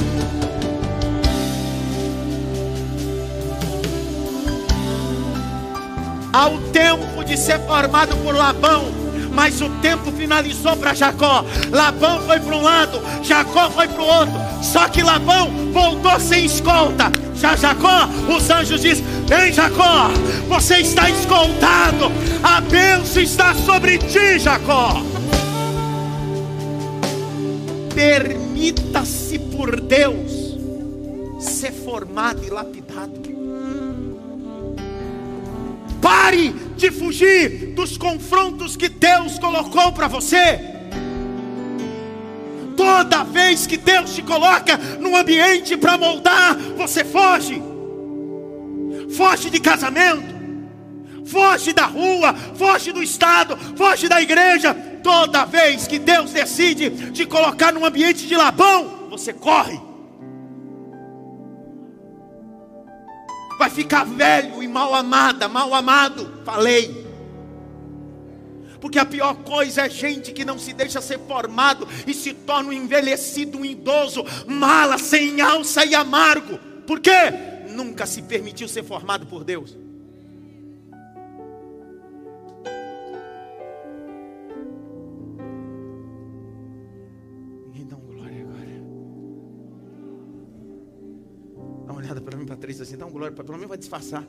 Há o tempo de ser formado por Labão, mas o tempo finalizou para Jacó. Labão foi para um lado, Jacó foi para o outro. Só que Labão voltou sem escolta. Já Jacó, os anjos dizem: vem Jacó, você está escoltado, a bênção está sobre ti, Jacó. Permita-se por Deus ser formado e lapidado. Pare de fugir dos confrontos que Deus colocou para você. Toda vez que Deus te coloca num ambiente para moldar, você foge. Foge de casamento, foge da rua, foge do estado, foge da igreja. Toda vez que Deus decide te colocar num ambiente de Labão, você corre. Vai ficar velho e mal amada, mal amado. Falei. Porque a pior coisa é gente que não se deixa ser formado e se torna um envelhecido, um idoso, mala, sem alça e amargo. Por quê? Nunca se permitiu ser formado por Deus. Ninguém dá um glória agora. Dá uma olhada para mim, Patrícia, assim, dá um glória, pelo menos vai disfarçar.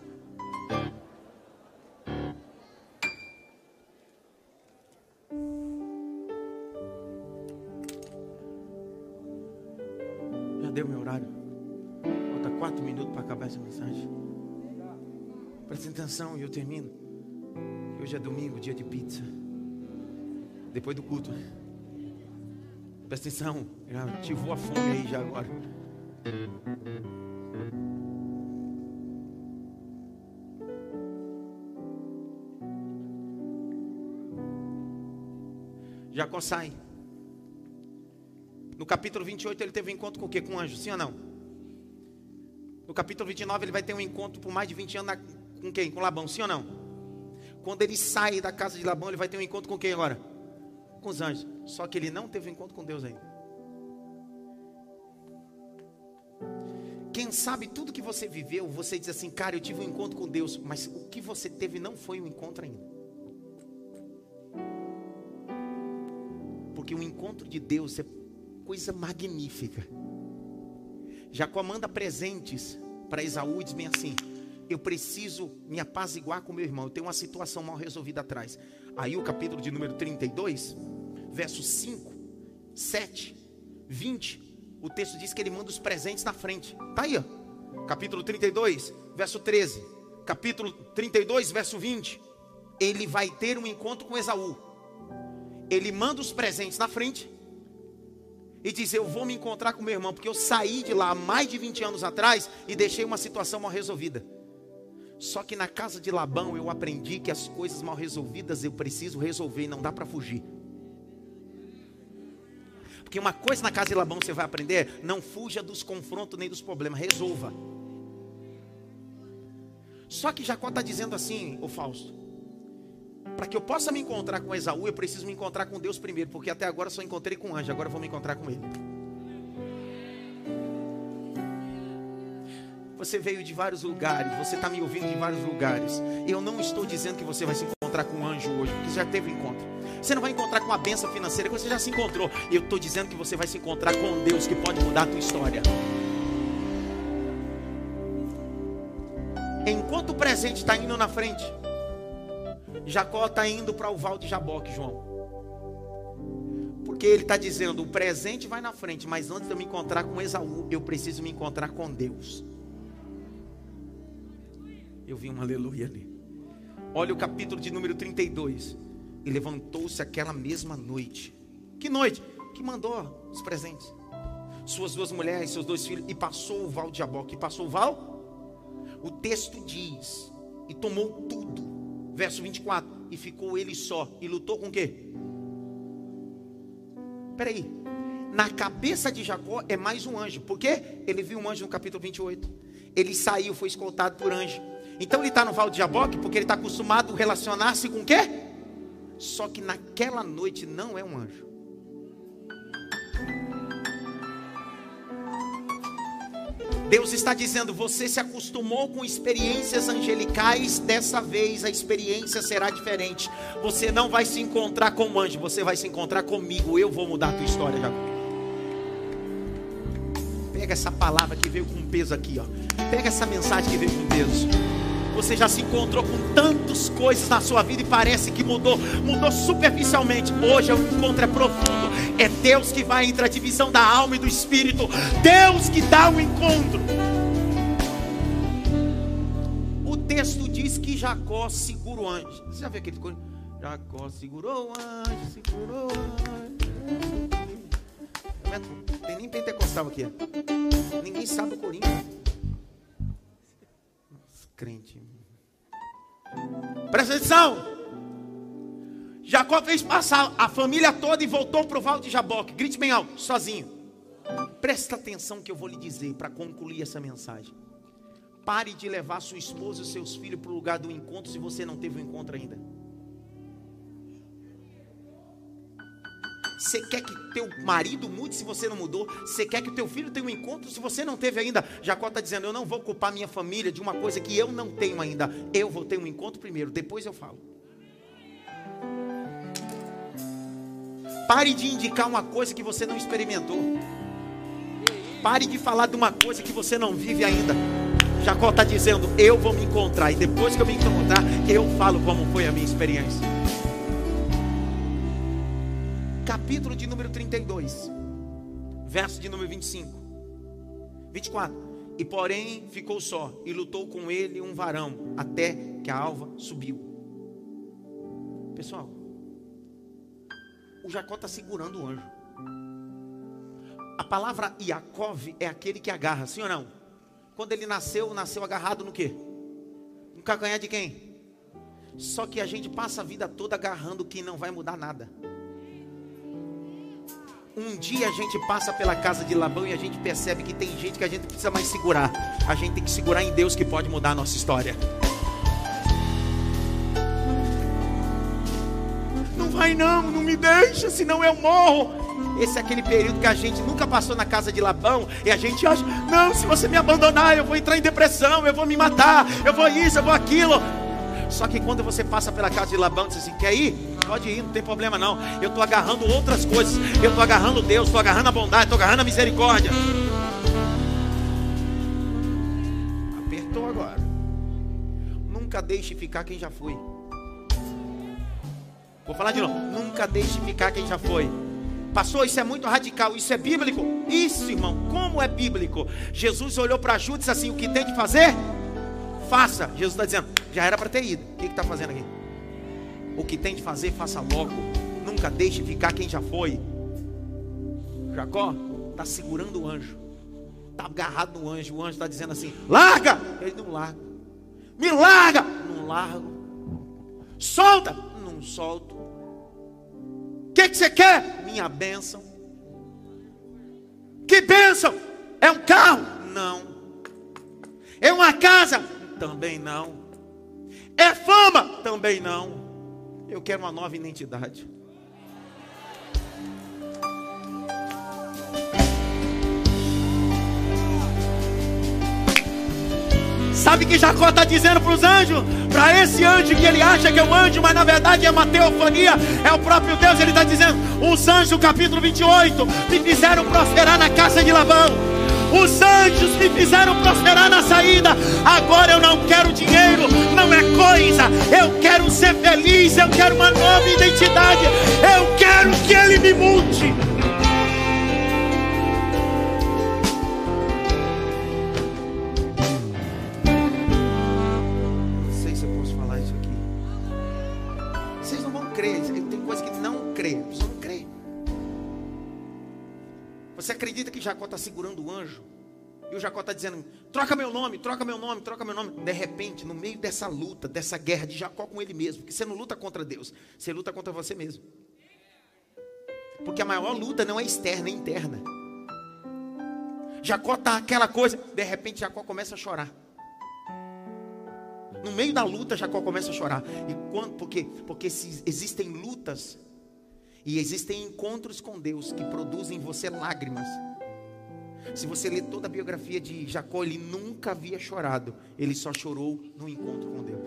Deu meu horário. Falta quatro minutos para acabar essa mensagem. Presta atenção e eu termino. Hoje é domingo, dia de pizza. Depois do culto. Presta atenção. Já ativou a fome aí já agora. Jacó sai. No capítulo vinte e oito ele teve um encontro com o quê? Com um anjo, sim ou não? No capítulo vinte e nove ele vai ter um encontro por mais de vinte anos na, com quem? Com Labão, sim ou não? Quando ele sai da casa de Labão, ele vai ter um encontro com quem agora? Com os anjos. Só que ele não teve um encontro com Deus ainda. Quem sabe tudo que você viveu, você diz assim, cara, eu tive um encontro com Deus, mas o que você teve não foi um encontro ainda. Porque o encontro de Deus é coisa magnífica. Jacó manda presentes para Esaú e diz bem assim: eu preciso me apaziguar com meu irmão, eu tenho uma situação mal resolvida atrás. Aí o capítulo de número trinta e dois, versos cinco, sete, vinte, o texto diz que ele manda os presentes na frente. Está aí, ó. Capítulo trinta e dois, verso treze. Capítulo trinta e dois, verso vinte. Ele vai ter um encontro com Esaú. Ele manda os presentes na frente e diz: eu vou me encontrar com meu irmão, porque eu saí de lá há mais de vinte anos atrás e deixei uma situação mal resolvida. Só que na casa de Labão eu aprendi que as coisas mal resolvidas eu preciso resolver, não dá para fugir. Porque uma coisa na casa de Labão você vai aprender: não fuja dos confrontos nem dos problemas, resolva. Só que Jacó está dizendo assim, ô Fausto: para que eu possa me encontrar com Esaú, eu preciso me encontrar com Deus primeiro, porque até agora eu só encontrei com o anjo, agora eu vou me encontrar com ele. Você veio de vários lugares, você está me ouvindo de vários lugares. Eu não estou dizendo que você vai se encontrar com um anjo hoje, porque você já teve um encontro. Você não vai encontrar com uma bênção financeira, que você já se encontrou. Eu estou dizendo que você vai se encontrar com Deus, que pode mudar a tua história. Enquanto o presente está indo na frente, Jacó está indo para o Val de Jaboque, João. Porque ele está dizendo: o presente vai na frente, mas antes de eu me encontrar com Esaú, eu preciso me encontrar com Deus. Eu vi um aleluia ali. Olha o capítulo de número trinta e dois. E levantou-se aquela mesma noite. Que noite? Que mandou os presentes. Suas duas mulheres, seus dois filhos. E passou o Val de Jaboque. E passou o Val? O texto diz: e tomou tudo. Verso vinte e quatro, e ficou ele só, e lutou com o quê? Peraí, na cabeça de Jacó é mais um anjo, porque ele viu um anjo no capítulo vinte e oito, ele saiu, foi escoltado por anjo. Então ele está no Val de Jaboque, porque ele está acostumado a relacionar-se com o quê? Só que naquela noite não é um anjo. Deus está dizendo: você se acostumou com experiências angelicais, dessa vez a experiência será diferente. Você não vai se encontrar com um anjo, você vai se encontrar comigo. Eu vou mudar a tua história, Jacó. Pega essa palavra que veio com peso aqui, ó. Pega essa mensagem que veio com peso. Você já se encontrou com tantas coisas na sua vida e parece que mudou, mudou superficialmente. Hoje o encontro é profundo. É Deus que vai entre a divisão da alma e do espírito. Deus que dá o encontro. O texto diz que Jacó segura o anjo. Você já viu aquele coisa? Jacó segurou o anjo, segurou o anjo. Não tem nem pentecostal aqui. Ninguém sabe o corinho. Nossa, crente. Presta atenção. Jacó fez passar a família toda e voltou para o Vale de Jaboque. Grite bem alto, sozinho. Presta atenção que eu vou lhe dizer para concluir essa mensagem. Pare de levar sua esposa e seus filhos para o lugar do encontro se você não teve um encontro ainda. Você quer que teu marido mude se você não mudou? Você quer que o teu filho tenha um encontro se você não teve ainda? Jacó está dizendo, eu não vou culpar minha família de uma coisa que eu não tenho ainda. Eu vou ter um encontro primeiro, depois eu falo. Pare de indicar uma coisa que você não experimentou. Pare de falar de uma coisa que você não vive ainda. Jacó está dizendo, eu vou me encontrar. E depois que eu me encontrar, eu falo como foi a minha experiência. Capítulo de número trinta e dois, verso de número vinte e cinco, vinte e quatro. E porém ficou só, e lutou com ele um varão, até que a alva subiu. Pessoal, o Jacó está segurando o anjo. A palavra Yaakov é aquele que agarra, sim ou não? Quando ele nasceu, nasceu agarrado no quê? No calcanhar de quem? Só que a gente passa a vida toda agarrando quem não vai mudar nada. Um dia a gente passa pela casa de Labão e a gente percebe que tem gente que a gente não precisa mais segurar. A gente tem que segurar em Deus que pode mudar a nossa história. Não vai não, não me deixa, senão eu morro. Esse é aquele período que a gente nunca passou na casa de Labão e a gente acha, não, se você me abandonar eu vou entrar em depressão, eu vou me matar, eu vou isso, eu vou aquilo. Só que quando você passa pela casa de Labão, você diz assim, quer ir? Pode ir, não tem problema não. Eu estou agarrando outras coisas. Eu estou agarrando Deus, estou agarrando a bondade, estou agarrando a misericórdia. Apertou agora. Nunca deixe ficar quem já foi. Vou falar de novo. Nunca deixe ficar quem já foi. Pastor, isso é muito radical. Isso é bíblico? Isso, irmão, como é bíblico? Jesus olhou para Judas e disse assim, o que tem que fazer? Faça. Jesus está dizendo, já era para ter ido. O que está fazendo aqui? O que tem de fazer, faça logo. Nunca deixe ficar quem já foi. Jacó está segurando o anjo. Está agarrado no anjo. O anjo está dizendo assim, larga. Ele não larga. Me larga. Não largo. Solta. Não solto. O que, que você quer? Minha bênção. Que bênção? É um carro? Não. É uma casa? Também não. É fama? Também não. Eu quero uma nova identidade. Sabe que Jacó está dizendo para os anjos? Para esse anjo que ele acha que é um anjo, mas na verdade é uma teofania, é o próprio Deus. Ele está dizendo, os anjos, capítulo vinte e oito, me fizeram prosperar na casa de Labão. Os anjos me fizeram prosperar na saída. Agora eu não quero dinheiro, não é coisa. Eu quero ser feliz, eu quero uma nova identidade. Eu quero que Ele me mude. Não sei se eu posso falar isso aqui. Vocês não vão crer, tem coisa que não crê. Você não crê. Você acredita que Jacó está segurando o anjo? E o Jacó está dizendo, troca meu nome, troca meu nome, troca meu nome. De repente, no meio dessa luta, dessa guerra de Jacó com ele mesmo, porque você não luta contra Deus, você luta contra você mesmo. Porque a maior luta não é externa, é interna. Jacó está aquela coisa, de repente Jacó começa a chorar. No meio da luta, Jacó começa a chorar. E quando, por quê? Porque se existem lutas e existem encontros com Deus que produzem em você lágrimas. Se você ler toda a biografia de Jacó, ele nunca havia chorado. Ele só chorou no encontro com Deus.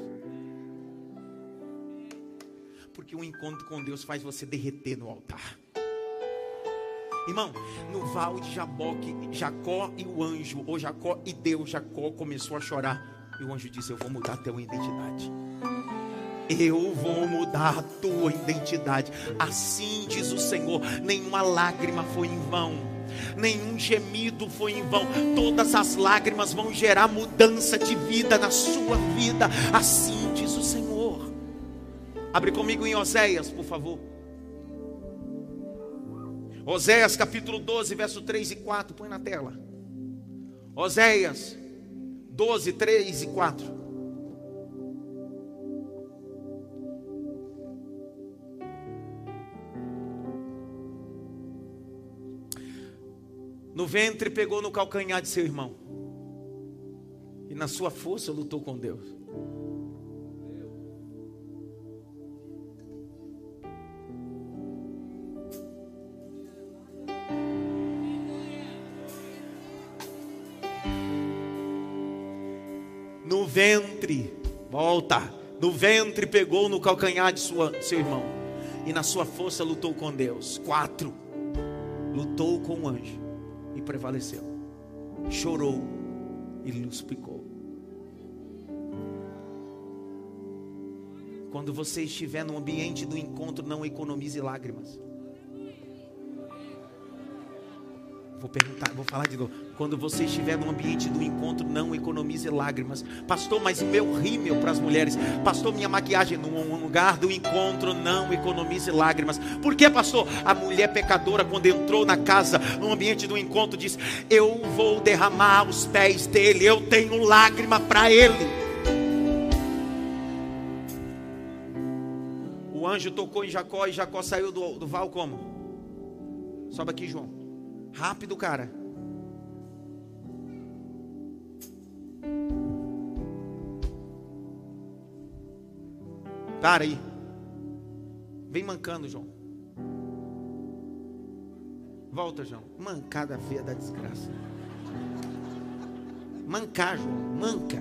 Porque o encontro com Deus faz você derreter no altar. Irmão, no Vale de Jaboque, Jacó e o anjo, ou Jacó e Deus, Jacó começou a chorar. E o anjo disse, eu vou mudar a tua identidade. Eu vou mudar a tua identidade. Assim diz o Senhor, nenhuma lágrima foi em vão, nenhum gemido foi em vão. Todas as lágrimas vão gerar mudança de vida na sua vida. Assim diz o Senhor. Abre comigo em Oséias, por favor. Oséias capítulo doze, verso três e quatro. Põe na tela. Oséias doze, três e quatro. No ventre pegou no calcanhar de seu irmão. E na sua força lutou com Deus. No ventre, volta. No ventre pegou no calcanhar de sua, seu irmão. E na sua força lutou com Deus. Quatro. Lutou com o anjo e prevaleceu. Chorou e lhe suplicou. Quando você estiver no ambiente do encontro, não economize lágrimas. Vou perguntar, vou falar de novo. Quando você estiver no ambiente do encontro, não economize lágrimas. Pastor, mas o meu rímel para as mulheres. Pastor, minha maquiagem. No lugar do encontro, não economize lágrimas. Por quê, pastor? A mulher pecadora, quando entrou na casa, no ambiente do encontro, disse: eu vou derramar os pés dele. Eu tenho lágrima para ele. O anjo tocou em Jacó e Jacó saiu do, do val como? Sobe aqui, João. Rápido, cara. Para aí. Vem mancando, João. Volta, João. Mancada feia da desgraça. Mancar, João. Manca.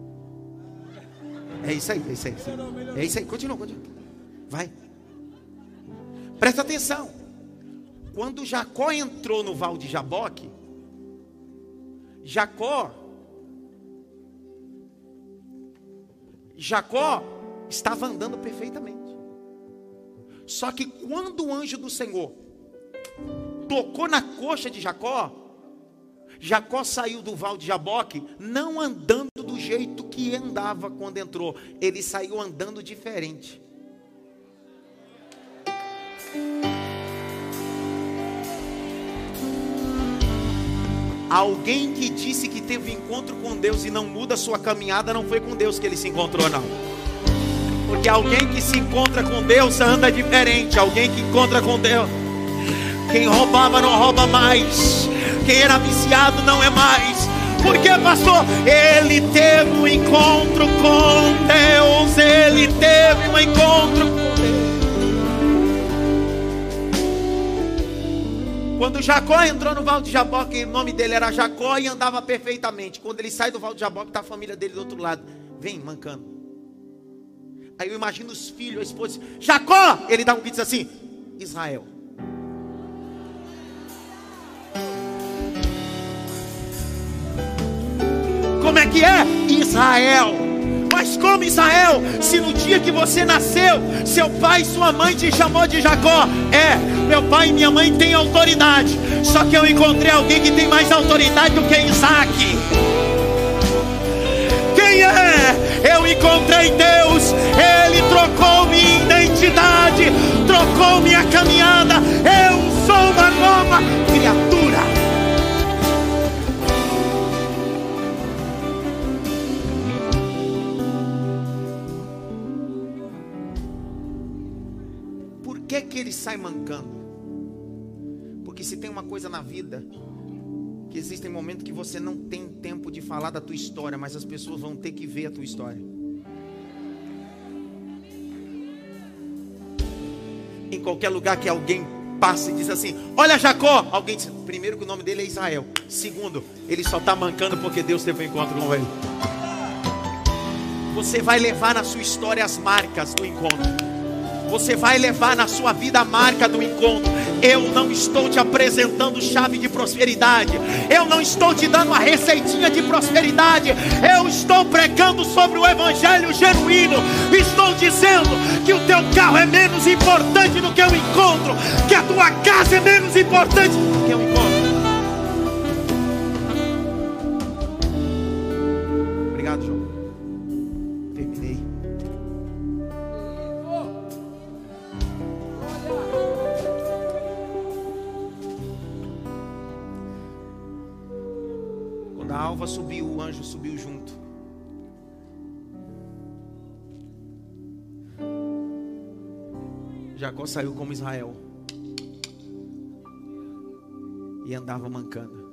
É isso aí, é isso aí. É isso aí. Continua, continua. Vai. Presta atenção. Quando Jacó entrou no val de Jaboque, Jacó, Jacó estava andando perfeitamente. Só que quando o anjo do Senhor tocou na coxa de Jacó, Jacó saiu do val de Jaboque, não andando do jeito que andava quando entrou. Ele saiu andando diferente. Alguém que disse que teve encontro com Deus e não muda a sua caminhada, não foi com Deus que ele se encontrou, não. Porque alguém que se encontra com Deus anda diferente. Alguém que encontra com Deus, quem roubava não rouba mais, quem era viciado não é mais. Por quê, pastor? Ele teve um encontro com Deus. Ele teve um encontro com Deus. Quando Jacó entrou no val de Jaboque, o nome dele era Jacó e andava perfeitamente. Quando ele sai do val de Jaboque, está a família dele do outro lado. Vem, mancando. Aí eu imagino os filhos, a esposa. Jacó! Ele dá um grito assim: Israel. Como é que é? Israel. Mas como Israel? Se no dia que você nasceu, seu pai e sua mãe te chamou de Jacó. É, meu pai e minha mãe têm autoridade. Só que eu encontrei alguém que tem mais autoridade do que Isaac. Quem é? Eu encontrei Deus. Ele trocou minha identidade, trocou minha caminhada. Eu sou uma nova criatura. Por que que ele sai mancando? Porque se tem uma coisa na vida, que existem momentos que você não tem tempo de falar da tua história, mas as pessoas vão ter que ver a tua história. Em qualquer lugar que alguém passe e diz assim: olha Jacó, alguém diz, primeiro que o nome dele é Israel, segundo, ele só está mancando porque Deus teve um encontro com ele. Você vai levar na sua história as marcas do encontro. Você vai levar na sua vida a marca do encontro. Eu não estou te apresentando chave de prosperidade. Eu não estou te dando uma receitinha de prosperidade. Eu estou pregando sobre o evangelho genuíno. Estou dizendo que o teu carro é menos importante do que o encontro. Que a tua casa é menos importante do que o encontro. Obrigado, João. Terminei. A alva subiu, o anjo subiu junto. Jacó saiu como Israel e andava mancando.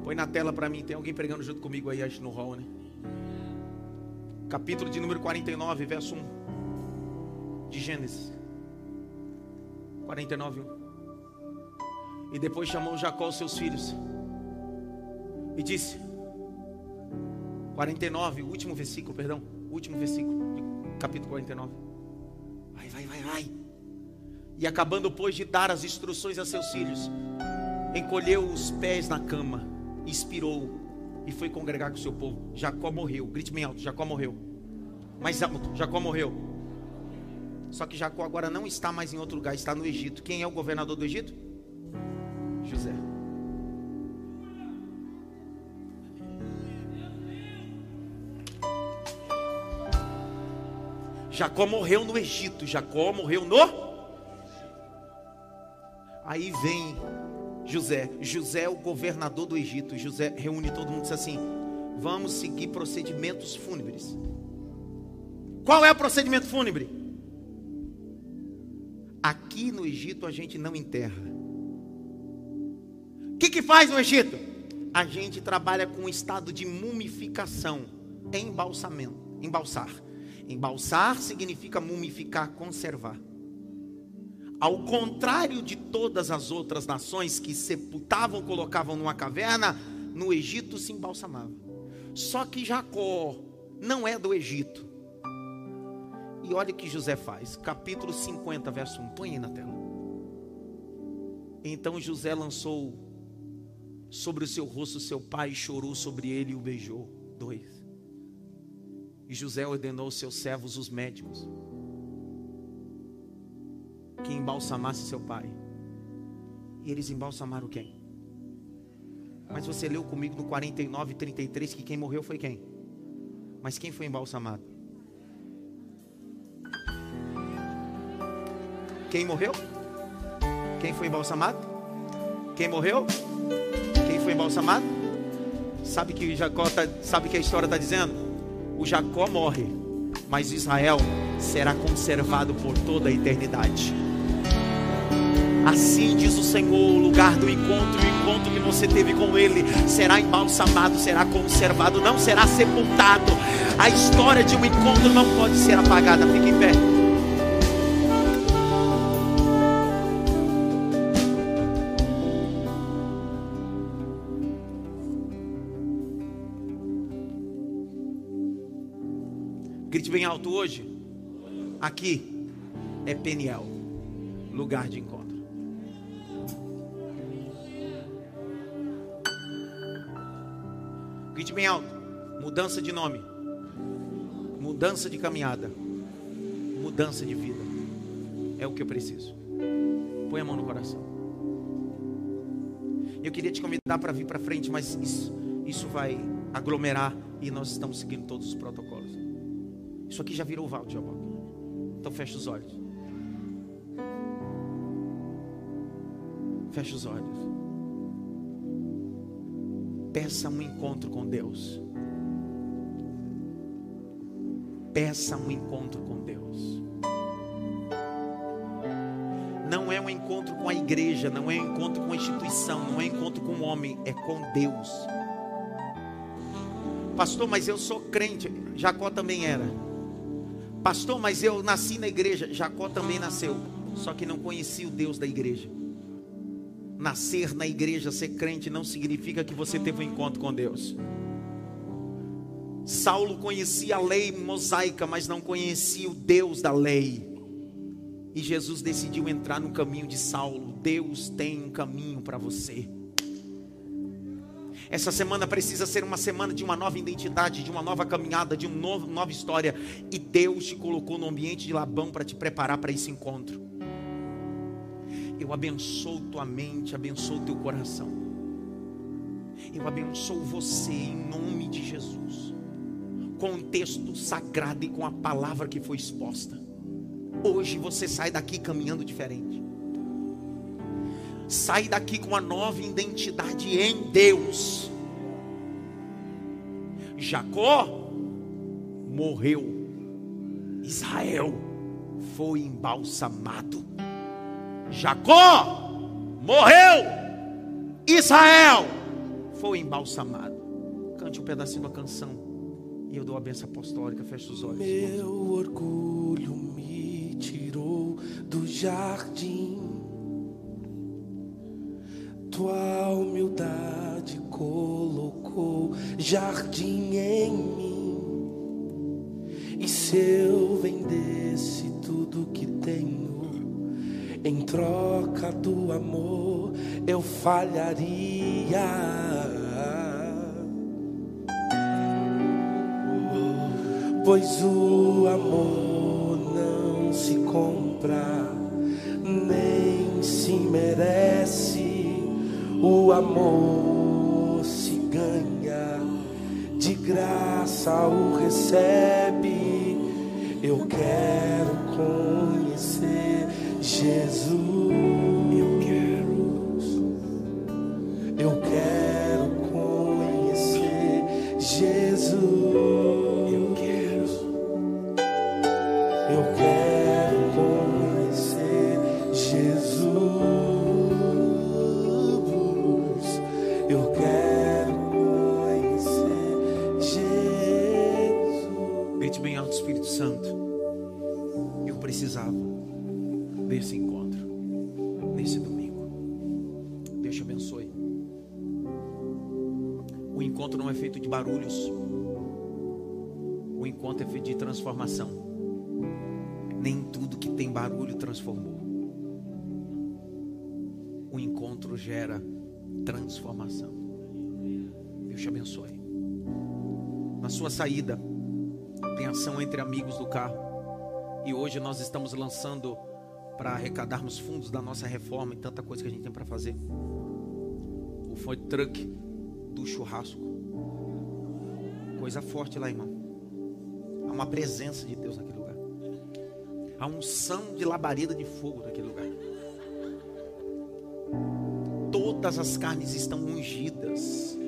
Põe na tela para mim, tem alguém pregando junto comigo aí, acho no hall, né? Capítulo de número quarenta e nove, verso um de Gênesis. quarenta e nove, um. E depois chamou Jacó os seus filhos e disse, quarenta e nove, último versículo, perdão, último versículo, capítulo quarenta e nove. Vai, vai, vai, vai. E acabando, pois, de dar as instruções a seus filhos, encolheu os pés na cama, expirou e foi congregar com o seu povo. Jacó morreu, grite bem alto, Jacó morreu. Mais alto, Jacó morreu. Só que Jacó agora não está mais em outro lugar, está no Egito. Quem é o governador do Egito? José. Jacó morreu no Egito. Jacó morreu no... Aí vem José. José é o governador do Egito. José reúne todo mundo e diz assim: vamos seguir procedimentos fúnebres. Qual é o procedimento fúnebre? Aqui no Egito a gente não enterra. O que que faz no Egito? A gente trabalha com o estado de mumificação, embalsamento, embalsar. Embalsar significa mumificar, conservar. Ao contrário de todas as outras nações que sepultavam, colocavam numa caverna, no Egito se embalsamava. Só que Jacó não é do Egito. E olha o que José faz, capítulo cinquenta, verso um, põe aí na tela. Então José lançou sobre o seu rosto seu pai, chorou sobre ele e o beijou. Dois. E José ordenou aos seus servos, os médicos, que embalsamasse seu pai. E eles embalsamaram quem? Mas você leu comigo no quarenta e nove, trinta e três que quem morreu foi quem? Mas quem foi embalsamado? Quem morreu? Quem foi embalsamado? Quem morreu? Quem foi embalsamado? Sabe que Jacó tá, sabe que a história está dizendo? O Jacó morre, mas Israel será conservado por toda a eternidade. Assim diz o Senhor, o lugar do encontro, o encontro que você teve com Ele será embalsamado, será conservado, não será sepultado. A história de um encontro não pode ser apagada. Fique em pé. Grite bem alto hoje. Aqui é Peniel, lugar de encontro. Grite bem alto. Mudança de nome, mudança de caminhada, mudança de vida. É o que eu preciso. Põe a mão no coração. Eu queria te convidar para vir para frente, mas isso, isso vai aglomerar e nós estamos seguindo todos os protocolos. Isso aqui já virou o Valde, então fecha os olhos. Fecha os olhos. Peça um encontro com Deus. Peça um encontro com Deus. Não é um encontro com a igreja, não é um encontro com a instituição, não é um encontro com o homem, é com Deus. Pastor, mas eu sou crente. Jacó também era. Pastor, mas eu nasci na igreja. Jacó também nasceu, só que não conhecia o Deus da igreja. Nascer na igreja, ser crente, não significa que você teve um encontro com Deus. Saulo conhecia a lei mosaica, mas não conhecia o Deus da lei. E Jesus decidiu entrar no caminho de Saulo. Deus tem um caminho para você. Essa semana precisa ser uma semana de uma nova identidade, de uma nova caminhada, de uma novo, nova história. E Deus te colocou no ambiente de Labão para te preparar para esse encontro. Eu abençoo tua mente, abençoo teu coração. Eu abençoo você em nome de Jesus. Com o texto sagrado e com a palavra que foi exposta. Hoje você sai daqui caminhando diferente. Sai daqui com uma nova identidade em Deus. Jacó morreu. Israel foi embalsamado. Jacó morreu. Israel foi embalsamado. Cante um pedacinho da canção e eu dou a bênção apostólica. Feche os olhos. Meu orgulho me tirou do jardim, tua humildade colocou jardim em mim. E se eu vendesse tudo que tenho em troca do amor, eu falharia. Pois o amor não se compra, nem se merece. O amor se ganha, de graça o recebe. Eu quero conhecer Jesus. Eu quero, eu quero conhecer Jesus. Eu quero, eu quero conhecer Jesus. Eu quero conhecer Jesus. Grite bem alto, Espírito Santo. Eu precisava desse encontro nesse domingo. Deus te abençoe. O encontro não é feito de barulhos. O encontro é feito de transformação. Nem tudo que tem barulho transformou. O encontro gera transformação. Deus te abençoe. Na sua saída, tem ação entre amigos do carro. E hoje nós estamos lançando para arrecadarmos fundos da nossa reforma e tanta coisa que a gente tem para fazer. O food truck do churrasco. Coisa forte lá, irmão. Há uma presença de Deus naquele lugar. Há unção de labareda de fogo naquele lugar. Todas as carnes estão ungidas.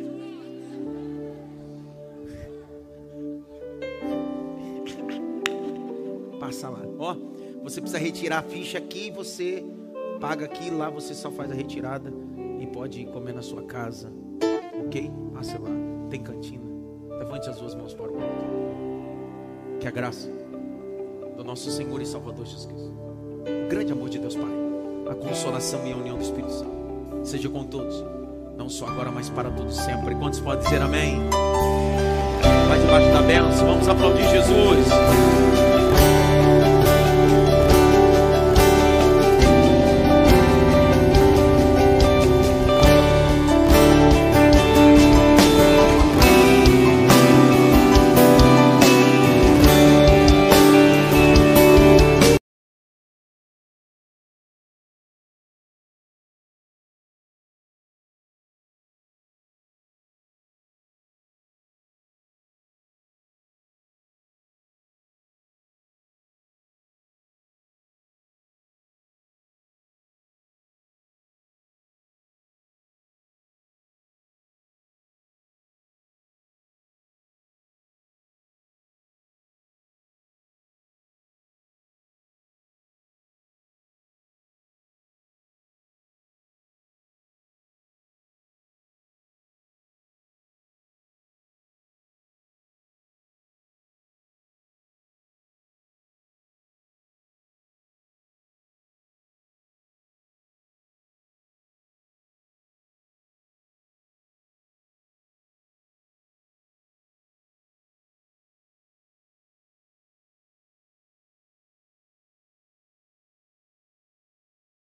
Passa lá. Ó, você precisa retirar a ficha aqui, você paga aqui, lá você só faz a retirada e pode comer na sua casa. Ok? Passe lá. Tem cantina. Levante as duas mãos para o alto. Que a graça do nosso Senhor e Salvador Jesus Cristo, o grande amor de Deus Pai, a consolação e a união do Espírito Santo seja com todos, não só agora, mas para todos sempre. Quantos podem dizer amém? Vai debaixo da bênção, vamos aplaudir Jesus.